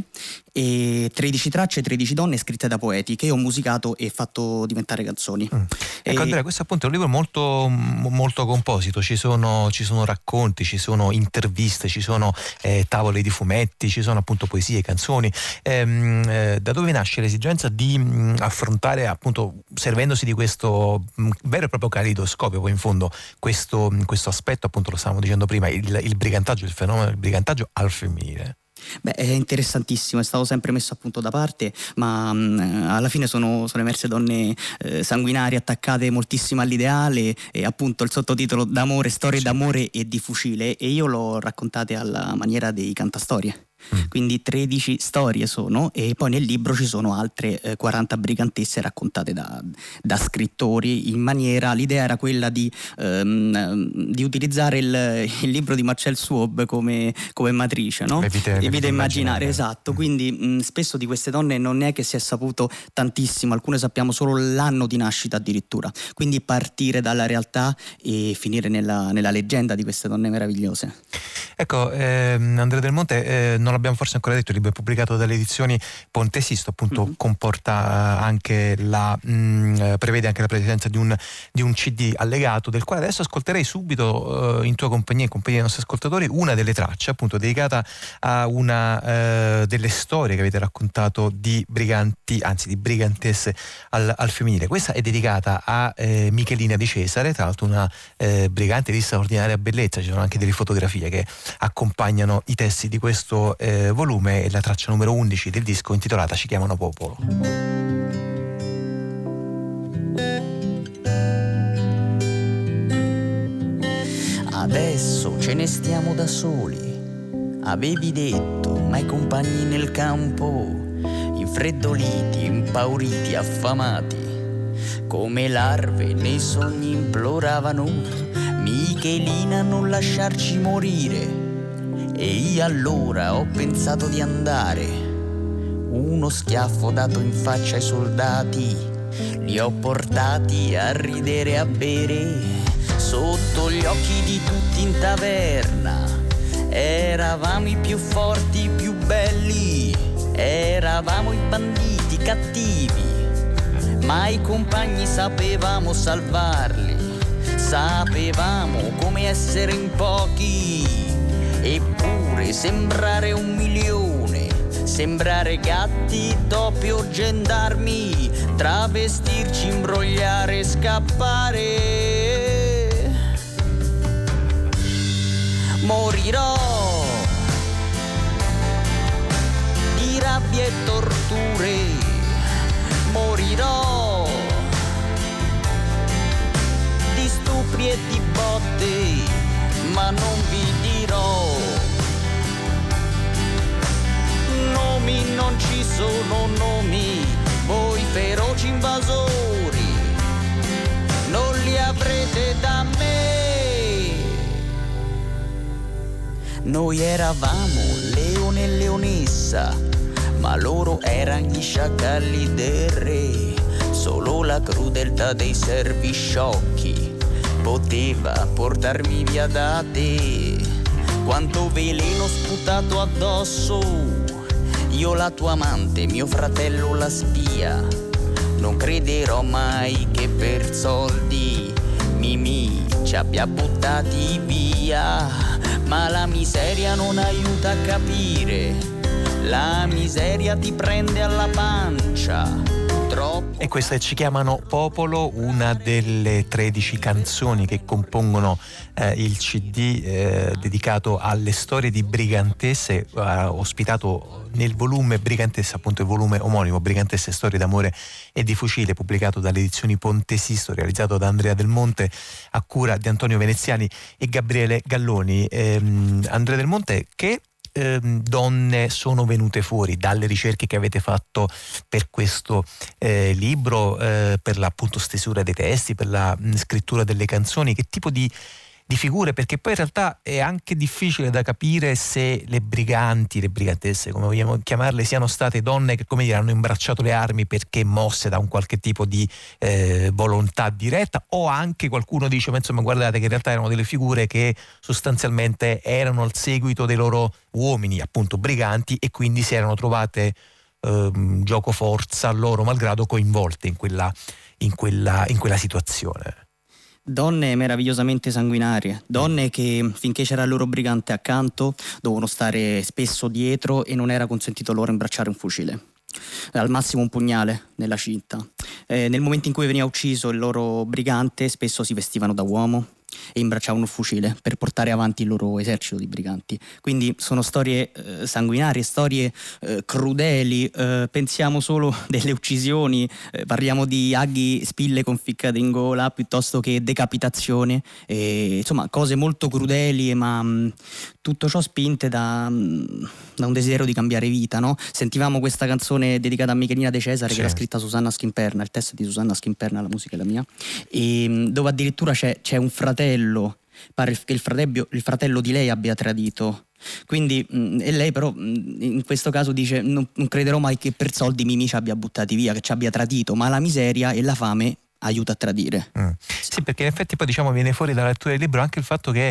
e tredici tracce, tredici donne scritte da poeti che ho musicato e fatto diventare canzoni. Mm. Ecco, Andrea, questo appunto è un libro molto, molto composito, ci sono, ci sono racconti, ci sono interviste, ci sono eh, tavole di fumetti, ci sono appunto poesie, canzoni. Ehm, eh, da dove nasce l'esigenza di mh, affrontare, appunto, servendosi di questo mh, vero e proprio caleidoscopio, poi in fondo questo, questo aspetto, appunto lo stavamo dicendo prima, il, il brigantaggio, il fenomeno del brigantaggio al femminile? Beh, è interessantissimo, è stato sempre messo appunto da parte, ma mh, alla fine sono, sono emerse donne eh, sanguinarie, attaccate moltissimo all'ideale, e appunto il sottotitolo d'amore, storie d'amore e di fucile, e io l'ho raccontate alla maniera dei cantastorie. Mm. Quindi tredici storie sono, e poi nel libro ci sono altre eh, quaranta brigantesse raccontate da, da scrittori in maniera, l'idea era quella di, ehm, di utilizzare il, il libro di Marcel Suob come, come matrice, no? Evite, evite immaginare, esatto. Mm. Quindi mh, spesso di queste donne non è che si è saputo tantissimo, alcune sappiamo solo l'anno di nascita addirittura, quindi partire dalla realtà e finire nella, nella leggenda di queste donne meravigliose. Ecco, ehm, Andrea Del Monte, eh, non l'abbiamo forse ancora detto, il libro è pubblicato dalle edizioni Ponte Sisto, appunto mm-hmm. comporta anche la mh, prevede anche la presenza di un, di un C D allegato, del quale adesso ascolterei subito eh, in tua compagnia, in compagnia dei nostri ascoltatori, una delle tracce appunto dedicata a una eh, delle storie che avete raccontato di briganti, anzi di brigantesse al, al femminile. Questa è dedicata a eh, Michelina Di Cesare, tra l'altro una eh, brigante di straordinaria bellezza. Ci sono anche delle fotografie che accompagnano i testi di questo eh, volume, e la traccia numero undici del disco intitolata Ci chiamano popolo. Adesso ce ne stiamo da soli, avevi detto, ma i compagni nel campo, infreddoliti, impauriti, affamati, come larve nei sogni imploravano, Michelina, non lasciarci morire. E io allora ho pensato di andare, uno schiaffo dato in faccia ai soldati, li ho portati a ridere e a bere, sotto gli occhi di tutti in taverna, era eravamo i più forti, i più belli, eravamo i banditi cattivi, ma i compagni sapevamo salvarli, sapevamo come essere in pochi, eppure sembrare un milione, sembrare gatti, topi o gendarmi, travestirci, imbrogliare e scappare. Morirò di rabbia e torture, morirò di stupri e di botte, ma non vi dirò nomi, non ci sono nomi, voi feroci invasori non li avrete da me. Noi eravamo leone e leonessa, ma loro erano gli sciacalli del re. Solo la crudeltà dei servi sciocchi poteva portarmi via da te. Quanto veleno sputato addosso, io la tua amante, mio fratello la spia. Non crederò mai che per soldi Mimì ci abbia buttati via, ma la miseria non aiuta a capire, la miseria ti prende alla pancia. Troppo. E queste ci chiamano Popolo, una delle tredici canzoni che compongono eh, il C D eh, dedicato alle storie di Brigantesse, eh, ospitato nel volume Brigantesse, appunto il volume omonimo Brigantesse storie d'amore e di fucile, pubblicato dalle edizioni Ponte Sisto, realizzato da Andrea Del Monte a cura di Antonio Veneziani e Gabriele Galloni. Ehm, Andrea Del Monte, che donne sono venute fuori dalle ricerche che avete fatto per questo eh, libro, eh, per l'appunto stesura dei testi, per la mh, scrittura delle canzoni? Che tipo di, di figure? Perché poi in realtà è anche difficile da capire se le briganti, le brigantesse come vogliamo chiamarle, siano state donne che, come dire, hanno imbracciato le armi perché mosse da un qualche tipo di eh, volontà diretta, o anche qualcuno dice ma insomma guardate che in realtà erano delle figure che sostanzialmente erano al seguito dei loro uomini, appunto briganti, e quindi si erano trovate ehm, gioco forza loro malgrado coinvolte in quella, in quella, in quella situazione. Donne meravigliosamente sanguinarie, donne che finché c'era il loro brigante accanto dovevano stare spesso dietro e non era consentito loro imbracciare un fucile, al massimo un pugnale nella cinta. Eh, nel momento in cui veniva ucciso il loro brigante spesso si vestivano da uomo e imbracciavano un fucile per portare avanti il loro esercito di briganti. Quindi sono storie eh, sanguinarie, storie eh, crudeli, eh, pensiamo solo delle uccisioni, eh, parliamo di aghi, spille conficcate in gola piuttosto che decapitazione, eh, insomma cose molto crudeli, ma mh, tutto ciò spinte da, mh, da un desiderio di cambiare vita, no? Sentivamo questa canzone dedicata a Michelina De Cesare, sì, che l'ha scritta Susanna Schimperna, il testo è di Susanna Schimperna, la musica è la mia, e, mh, dove addirittura c'è, c'è un fratello, pare che il fratello, il fratello di lei abbia tradito. Quindi mh, e lei però mh, in questo caso dice non, non crederò mai che per soldi Mimì ci abbia buttati via, che ci abbia tradito, ma la miseria e la fame aiuta a tradire. Mm. Sì, perché in effetti poi diciamo viene fuori dalla lettura del libro anche il fatto che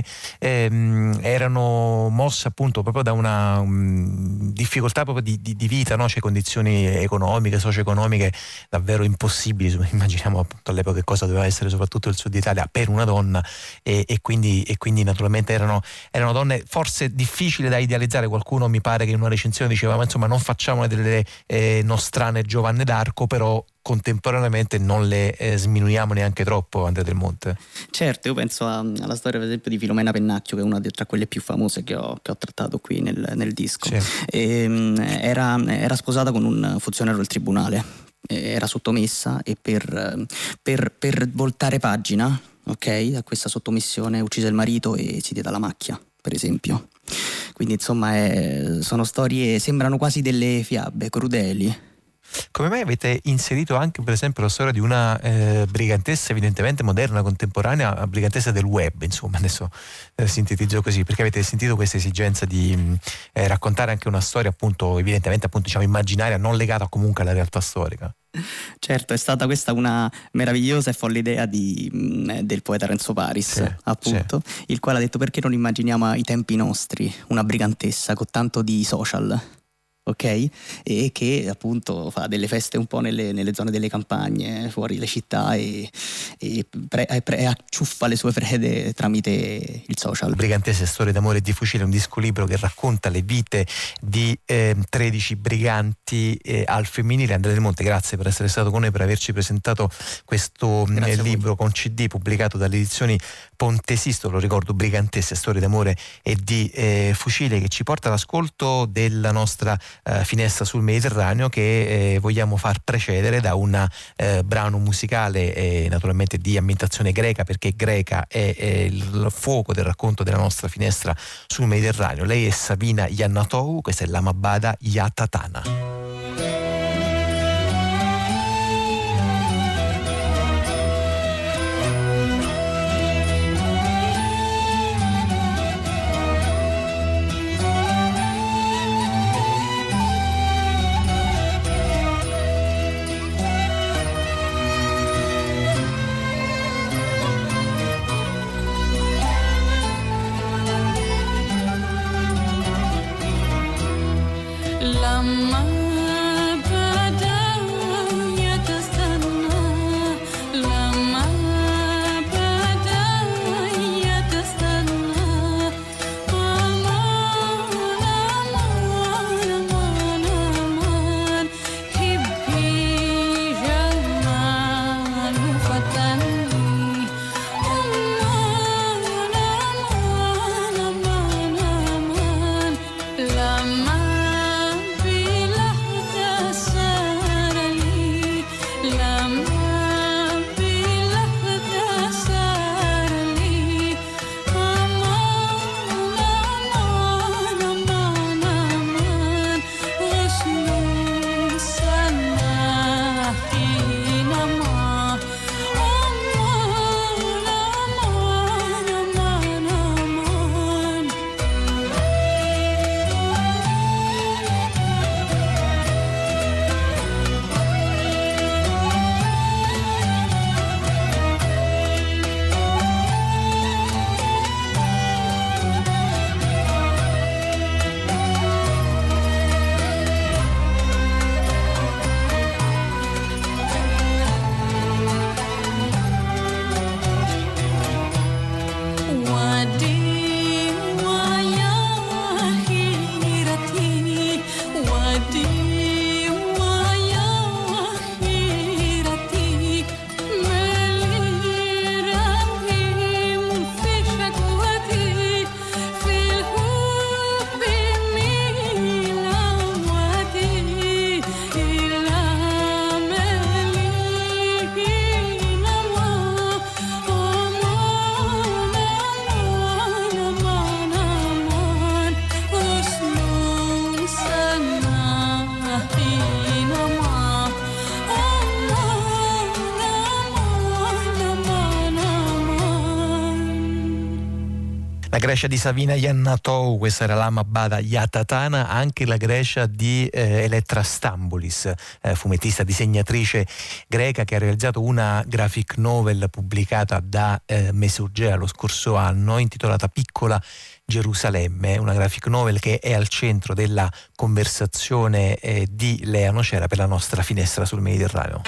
ehm, erano mosse appunto proprio da una um, difficoltà proprio di, di, di vita, no? Cioè condizioni economiche, socio-economiche davvero impossibili. Immaginiamo appunto all'epoca che cosa doveva essere soprattutto il Sud Italia per una donna, e, e, quindi, e quindi naturalmente erano, erano donne forse difficili da idealizzare. Qualcuno mi pare che in una recensione diceva ma insomma non facciamo delle eh, nostrane Giovanne d'Arco, però contemporaneamente non le eh, sminuiamo neanche troppo, Andrea Del Monte. Certo, io penso a, alla storia per esempio di Filomena Pennacchio, che è una di, tra quelle più famose che ho, che ho trattato qui nel, nel disco. Sì. E, era, era sposata con un funzionario del tribunale, era sottomessa e per, per, per voltare pagina, ok, a questa sottomissione uccise il marito e si diede alla macchia, per esempio. Quindi insomma è, sono storie, sembrano quasi delle fiabe crudeli. Come mai avete inserito anche per esempio la storia di una eh, brigantessa evidentemente moderna, contemporanea, brigantessa del web, insomma adesso eh, sintetizzo così, perché avete sentito questa esigenza di eh, raccontare anche una storia appunto evidentemente appunto diciamo immaginaria, non legata comunque alla realtà storica? Certo, è stata questa una meravigliosa e folle idea di, mh, del poeta Renzo Paris, sì, appunto, sì. Il quale ha detto: perché non immaginiamo ai tempi nostri una brigantessa con tanto di social, ok? E che appunto fa delle feste un po' nelle, nelle zone delle campagne, fuori le città, e, e, pre, e, pre, e acciuffa le sue prede tramite il social. Brigantesse, storie d'amore e di fucile, un disco libro che racconta le vite di eh, tredici briganti eh, al femminile. Andrea Del Monte, grazie per essere stato con noi, per averci presentato questo eh, libro con C D pubblicato dalle edizioni Ponte Sisto, lo ricordo, Brigantesse, storie d'amore e di eh, fucile, che ci porta all'ascolto della nostra Uh, finestra sul Mediterraneo, che eh, vogliamo far precedere da un uh, brano musicale eh, naturalmente di ambientazione greca, perché greca è, è il fuoco del racconto della nostra finestra sul Mediterraneo. Lei è Savina Iannatou, questa è l'Amabada Yatatana. La Grecia di Savina Iannatou, questa era l'Amabada Yatatana, anche la Grecia di eh, Elettra Stambulis, eh, fumettista, disegnatrice greca, che ha realizzato una graphic novel pubblicata da eh, Mesogea lo scorso anno, intitolata Piccola Gerusalemme, una graphic novel che è al centro della conversazione eh, di Lea Nocera per la nostra finestra sul Mediterraneo.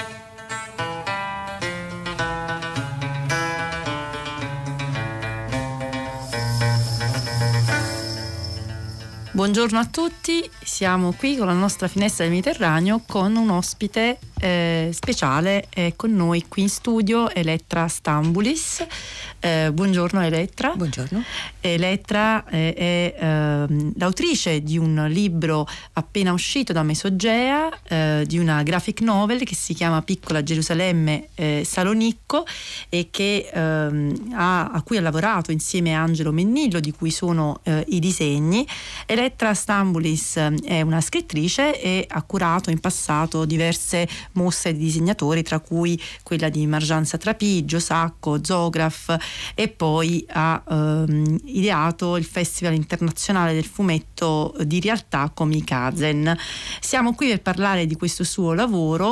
Buongiorno a tutti, siamo qui con la nostra finestra del Mediterraneo con un ospite eh, speciale eh, con noi qui in studio, Elettra Stambulis. Eh, buongiorno Elettra. Buongiorno. Elettra eh, è eh, l'autrice di un libro appena uscito da Mesogea, eh, di una graphic novel che si chiama Piccola Gerusalemme eh, Salonicco, e che eh, ha, a cui ha lavorato insieme a Angelo Mennillo, di cui sono eh, i disegni. Elettra Stambulis è una scrittrice e ha curato in passato diverse mostre di disegnatori, tra cui quella di Marjan Satrapi, Gio Sacco, Zoograph, e poi ha ehm, ideato il Festival Internazionale del Fumetto di Realtà Comikazen. Siamo qui per parlare di questo suo lavoro,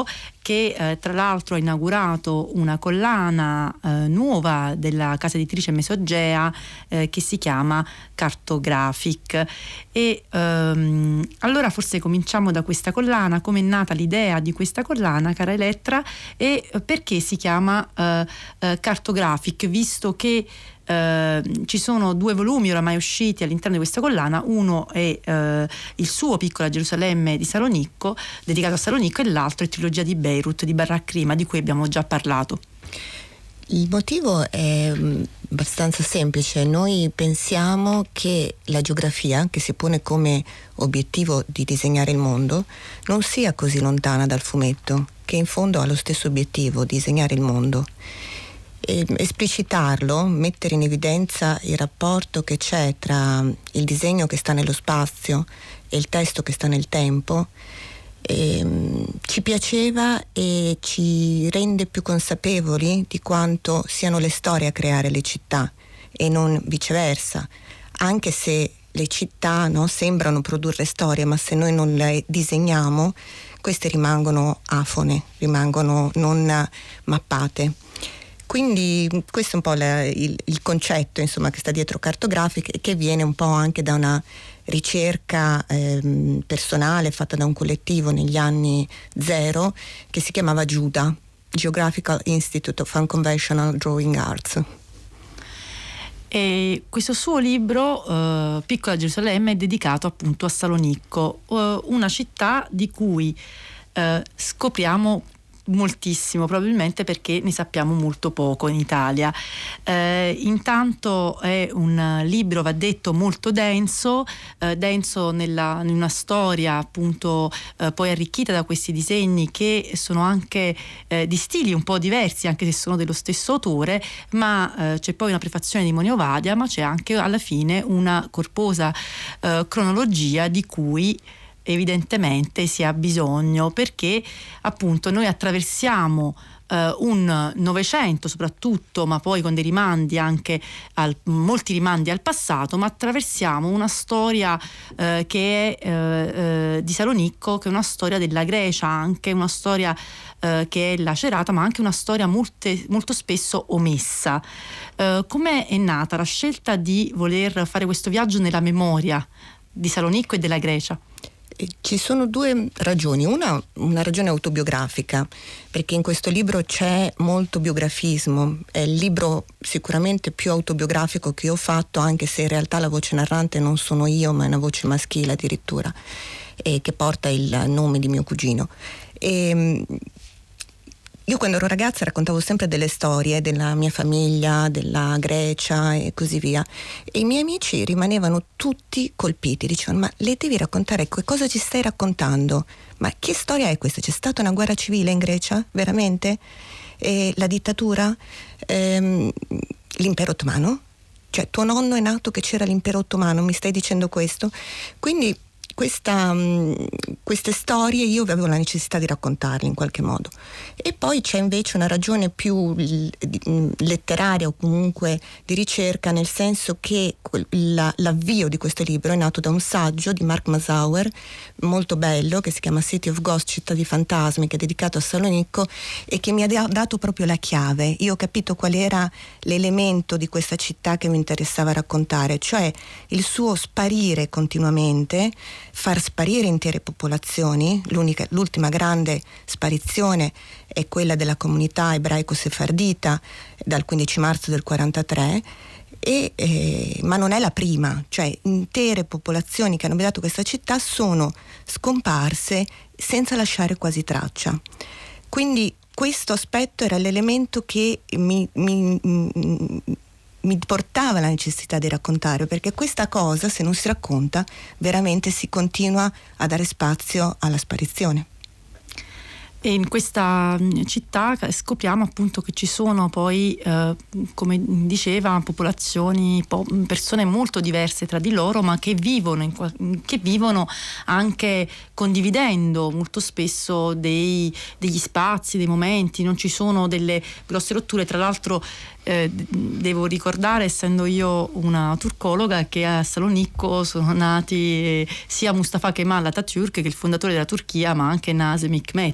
che eh, tra l'altro ha inaugurato una collana eh, nuova della casa editrice Mesogea eh, che si chiama Cartographic. E ehm, allora forse cominciamo da questa collana. Come è nata l'idea di questa collana, cara Elettra, e perché si chiama eh, eh, Cartographic, visto che Uh, ci sono due volumi oramai usciti all'interno di questa collana. Uno è uh, il suo Piccola Gerusalemme di Salonicco, dedicato a Salonicco, e l'altro è Trilogia di Beirut di Barak Rima, di cui abbiamo già parlato. Il motivo è abbastanza semplice. Noi pensiamo che la geografia, che si pone come obiettivo di disegnare il mondo, non sia così lontana dal fumetto, che in fondo ha lo stesso obiettivo, disegnare il mondo. E esplicitarlo, mettere in evidenza il rapporto che c'è tra il disegno che sta nello spazio e il testo che sta nel tempo, ehm, ci piaceva e ci rende più consapevoli di quanto siano le storie a creare le città e non viceversa, anche se le città, no, sembrano produrre storie, ma se noi non le disegniamo, queste rimangono afone, rimangono non mappate. Quindi questo è un po' la, il, il concetto, insomma, che sta dietro Cartographic, e che viene un po' anche da una ricerca ehm, personale fatta da un collettivo negli anni zero che si chiamava GIUDA, Geographical Institute of Unconventional Drawing Arts. E questo suo libro, uh, Piccola Gerusalemme, è dedicato appunto a Salonicco, uh, una città di cui uh, scopriamo moltissimo, probabilmente perché ne sappiamo molto poco in Italia. Eh, intanto è un libro, va detto, molto denso, eh, denso nella, in una storia appunto eh, poi arricchita da questi disegni che sono anche eh, di stili un po' diversi, anche se sono dello stesso autore, ma eh, c'è poi una prefazione di Moni Ovadia, ma c'è anche alla fine una corposa eh, cronologia di cui evidentemente si ha bisogno, perché appunto noi attraversiamo eh, un Novecento soprattutto, ma poi con dei rimandi anche al, molti rimandi al passato, ma attraversiamo una storia eh, che è eh, eh, di Salonicco, che è una storia della Grecia, anche una storia eh, che è lacerata, ma anche una storia molte, molto spesso omessa. Eh, come è nata la scelta di voler fare questo viaggio nella memoria di Salonicco e della Grecia? Ci sono due ragioni, una, una ragione autobiografica, perché in questo libro c'è molto biografismo, è il libro sicuramente più autobiografico che ho fatto, anche se in realtà la voce narrante non sono io, ma è una voce maschile addirittura, e che porta il nome di mio cugino. E io quando ero ragazza raccontavo sempre delle storie della mia famiglia, della Grecia e così via, e i miei amici rimanevano tutti colpiti, dicevano: ma le devi raccontare, che cosa ci stai raccontando? Ma che storia è questa? C'è stata una guerra civile in Grecia? Veramente? E la dittatura? Ehm, l'impero ottomano? Cioè tuo nonno è nato che c'era l'impero ottomano, mi stai dicendo questo? Quindi Questa, queste storie io avevo la necessità di raccontarle in qualche modo. E poi c'è invece una ragione più letteraria o comunque di ricerca, nel senso che la, l'avvio di questo libro è nato da un saggio di Mark Masauer molto bello che si chiama City of Ghosts, città di fantasmi, che è dedicato a Salonicco e che mi ha dato proprio la chiave. Io ho capito qual era l'elemento di questa città che mi interessava raccontare, cioè il suo sparire continuamente, far sparire intere popolazioni. L'unica, l'ultima grande sparizione è quella della comunità ebraico-sefardita dal quindici marzo del quarantatré, e, eh, ma non è la prima, cioè intere popolazioni che hanno abitato questa città sono scomparse senza lasciare quasi traccia. Quindi questo aspetto era l'elemento che mi, mi, mi mi portava la necessità di raccontare, perché questa cosa, se non si racconta, veramente si continua a dare spazio alla sparizione. E in questa città scopriamo appunto che ci sono poi, eh, come diceva, popolazioni, po- persone molto diverse tra di loro, ma che vivono, in, che vivono anche condividendo molto spesso dei, degli spazi, dei momenti. Non ci sono delle grosse rotture. Tra l'altro eh, devo ricordare, essendo io una turcologa, che a Salonicco sono nati eh, sia Mustafa Kemal Atatürk, che è il fondatore della Turchia, ma anche Nazım Hikmet, il più grande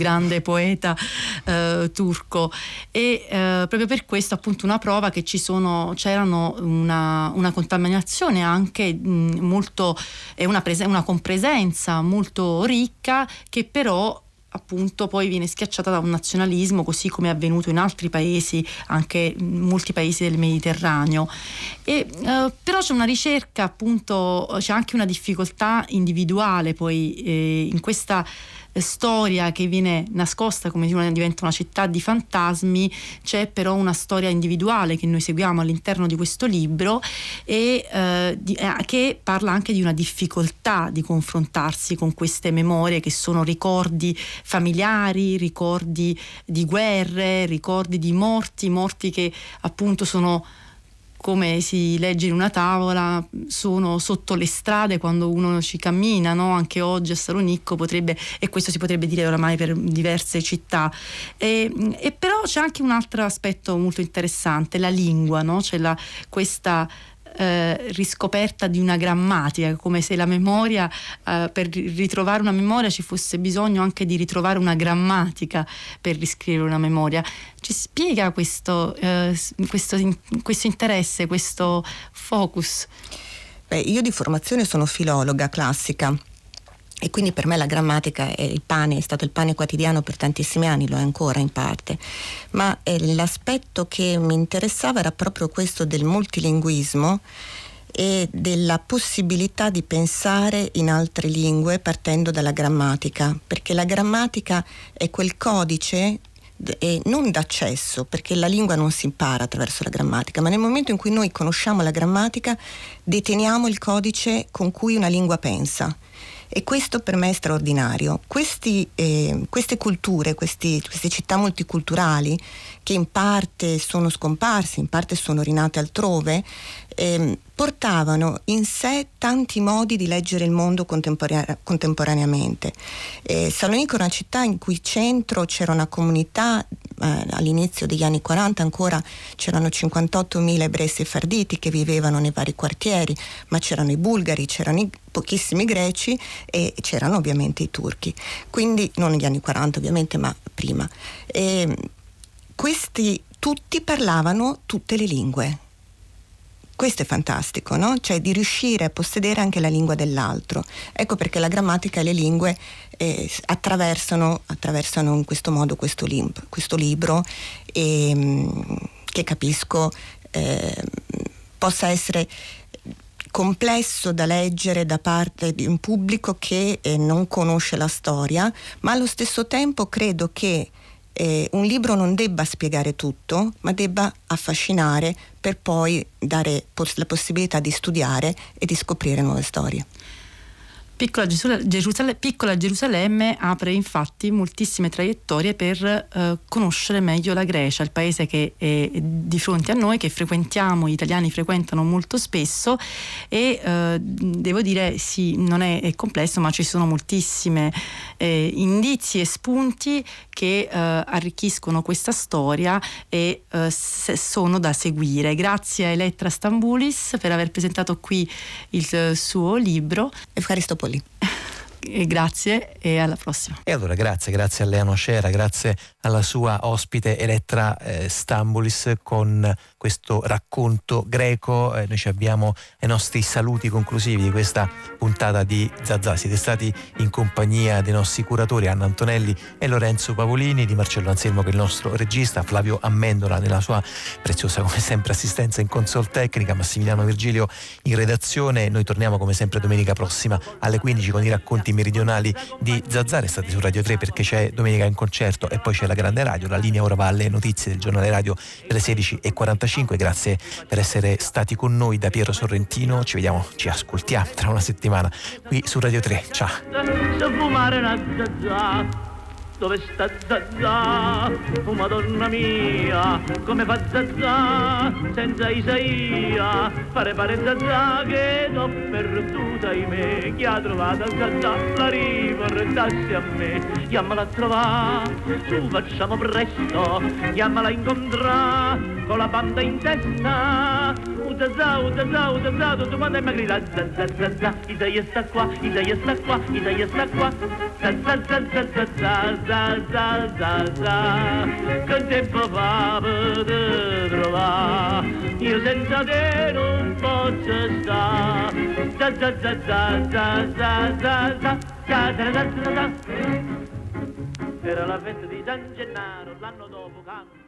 grande poeta eh, turco, e eh, proprio per questo appunto una prova che ci sono c'erano una, una contaminazione anche mh, molto e una, prese- una compresenza molto ricca, che però appunto poi viene schiacciata da un nazionalismo, così come è avvenuto in altri paesi, anche in molti paesi del Mediterraneo. E, eh, però c'è una ricerca, appunto, c'è anche una difficoltà individuale poi eh, in questa storia che viene nascosta come diventa una città di fantasmi. C'è però una storia individuale che noi seguiamo all'interno di questo libro e eh, di, eh, che parla anche di una difficoltà di confrontarsi con queste memorie che sono ricordi familiari, ricordi di guerre, ricordi di morti, morti che appunto sono, come si legge in una tavola, sono sotto le strade quando uno ci cammina, no? Anche oggi a Salonicco potrebbe, e questo si potrebbe dire oramai per diverse città. E, e però c'è anche un altro aspetto molto interessante, la lingua, no? C'è la, questa Eh, riscoperta di una grammatica, come se la memoria, eh, per ritrovare una memoria ci fosse bisogno anche di ritrovare una grammatica per riscrivere una memoria. Ci spiega questo, eh, questo, questo interesse, questo focus? Beh, io di formazione sono filologa classica e quindi per me la grammatica è il pane, è stato il pane quotidiano per tantissimi anni, lo è ancora in parte, ma eh, l'aspetto che mi interessava era proprio questo del multilinguismo e della possibilità di pensare in altre lingue partendo dalla grammatica, perché la grammatica è quel codice e non d'accesso, perché la lingua non si impara attraverso la grammatica, ma nel momento in cui noi conosciamo la grammatica deteniamo il codice con cui una lingua pensa. E questo per me è straordinario. Questi, eh, queste culture, questi, queste città multiculturali che in parte sono scomparse, in parte sono rinate altrove, eh, portavano in sé tanti modi di leggere il mondo contemporanea, contemporaneamente. Eh, Salonicco è una città in cui centro c'era una comunità, eh, all'inizio degli anni quaranta ancora c'erano cinquantottomila ebrei sefarditi che vivevano nei vari quartieri, ma c'erano i bulgari, c'erano i pochissimi greci e c'erano ovviamente i turchi, quindi non negli anni quaranta ovviamente, ma prima. E questi tutti parlavano tutte le lingue. Questo è fantastico, no? Cioè di riuscire a possedere anche la lingua dell'altro. Ecco perché la grammatica e le lingue eh, attraversano, attraversano in questo modo questo, lim- questo libro e, mh, che capisco eh, possa essere complesso da leggere da parte di un pubblico che eh, non conosce la storia, ma allo stesso tempo credo che eh, un libro non debba spiegare tutto, ma debba affascinare per poi dare pos- la possibilità di studiare e di scoprire nuove storie. Piccola Gerusalemme, Piccola Gerusalemme apre infatti moltissime traiettorie per eh, conoscere meglio la Grecia, il paese che è di fronte a noi, che frequentiamo, gli italiani frequentano molto spesso e eh, devo dire sì, non è, è complesso, ma ci sono moltissime eh, indizi e spunti che eh, arricchiscono questa storia e eh, sono da seguire. Grazie a Elettra Stamboulis per aver presentato qui il suo libro. Evcaristo Poli. E grazie e alla prossima. E allora grazie, grazie a Lea Nocera, grazie alla sua ospite Elettra eh, Stamboulis con questo racconto greco. Eh, noi ci abbiamo ai nostri saluti conclusivi di questa puntata di Zazà. Siete stati in compagnia dei nostri curatori Anna Antonelli e Lorenzo Pavolini, di Marcello Anselmo che è il nostro regista, Flavio Ammendola nella sua preziosa come sempre assistenza in console tecnica, Massimiliano Virgilio in redazione. Noi torniamo come sempre domenica prossima alle quindici con i racconti meridionali di Zazà. Restate su Radio tre perché c'è Domenica in Concerto e poi c'è la Grande Radio. La linea ora va alle notizie del giornale radio delle sedici e quarantacinque. Grazie per essere stati con noi da Piero Sorrentino. Ci vediamo, ci ascoltiamo tra una settimana qui su Radio tre. Ciao. Dove sta Zazà? Oh Madonna mia, come fa Zazà senza Isaia? Pare pare Zazà che l'ho perduta in me. Chi ha trovato Zazà la riportassi a me. Chiamala a trovare, su facciamo presto. Chiamala a incontrare con la banda in testa. Zazza, Zazza, Zazza, tu domanda e mi grida Zazza, Zazza, Isaia sta qua, Isaia sta qua, Isaia sta qua Zazza, Zazza, Zazza, Zazza, Zazza che tempo fa per trovare io senza te non posso stare Zazza, Zazza, Zazza, Zazza, Zazza, Zazza, Zazza era la festa di San Gennaro l'anno dopo canto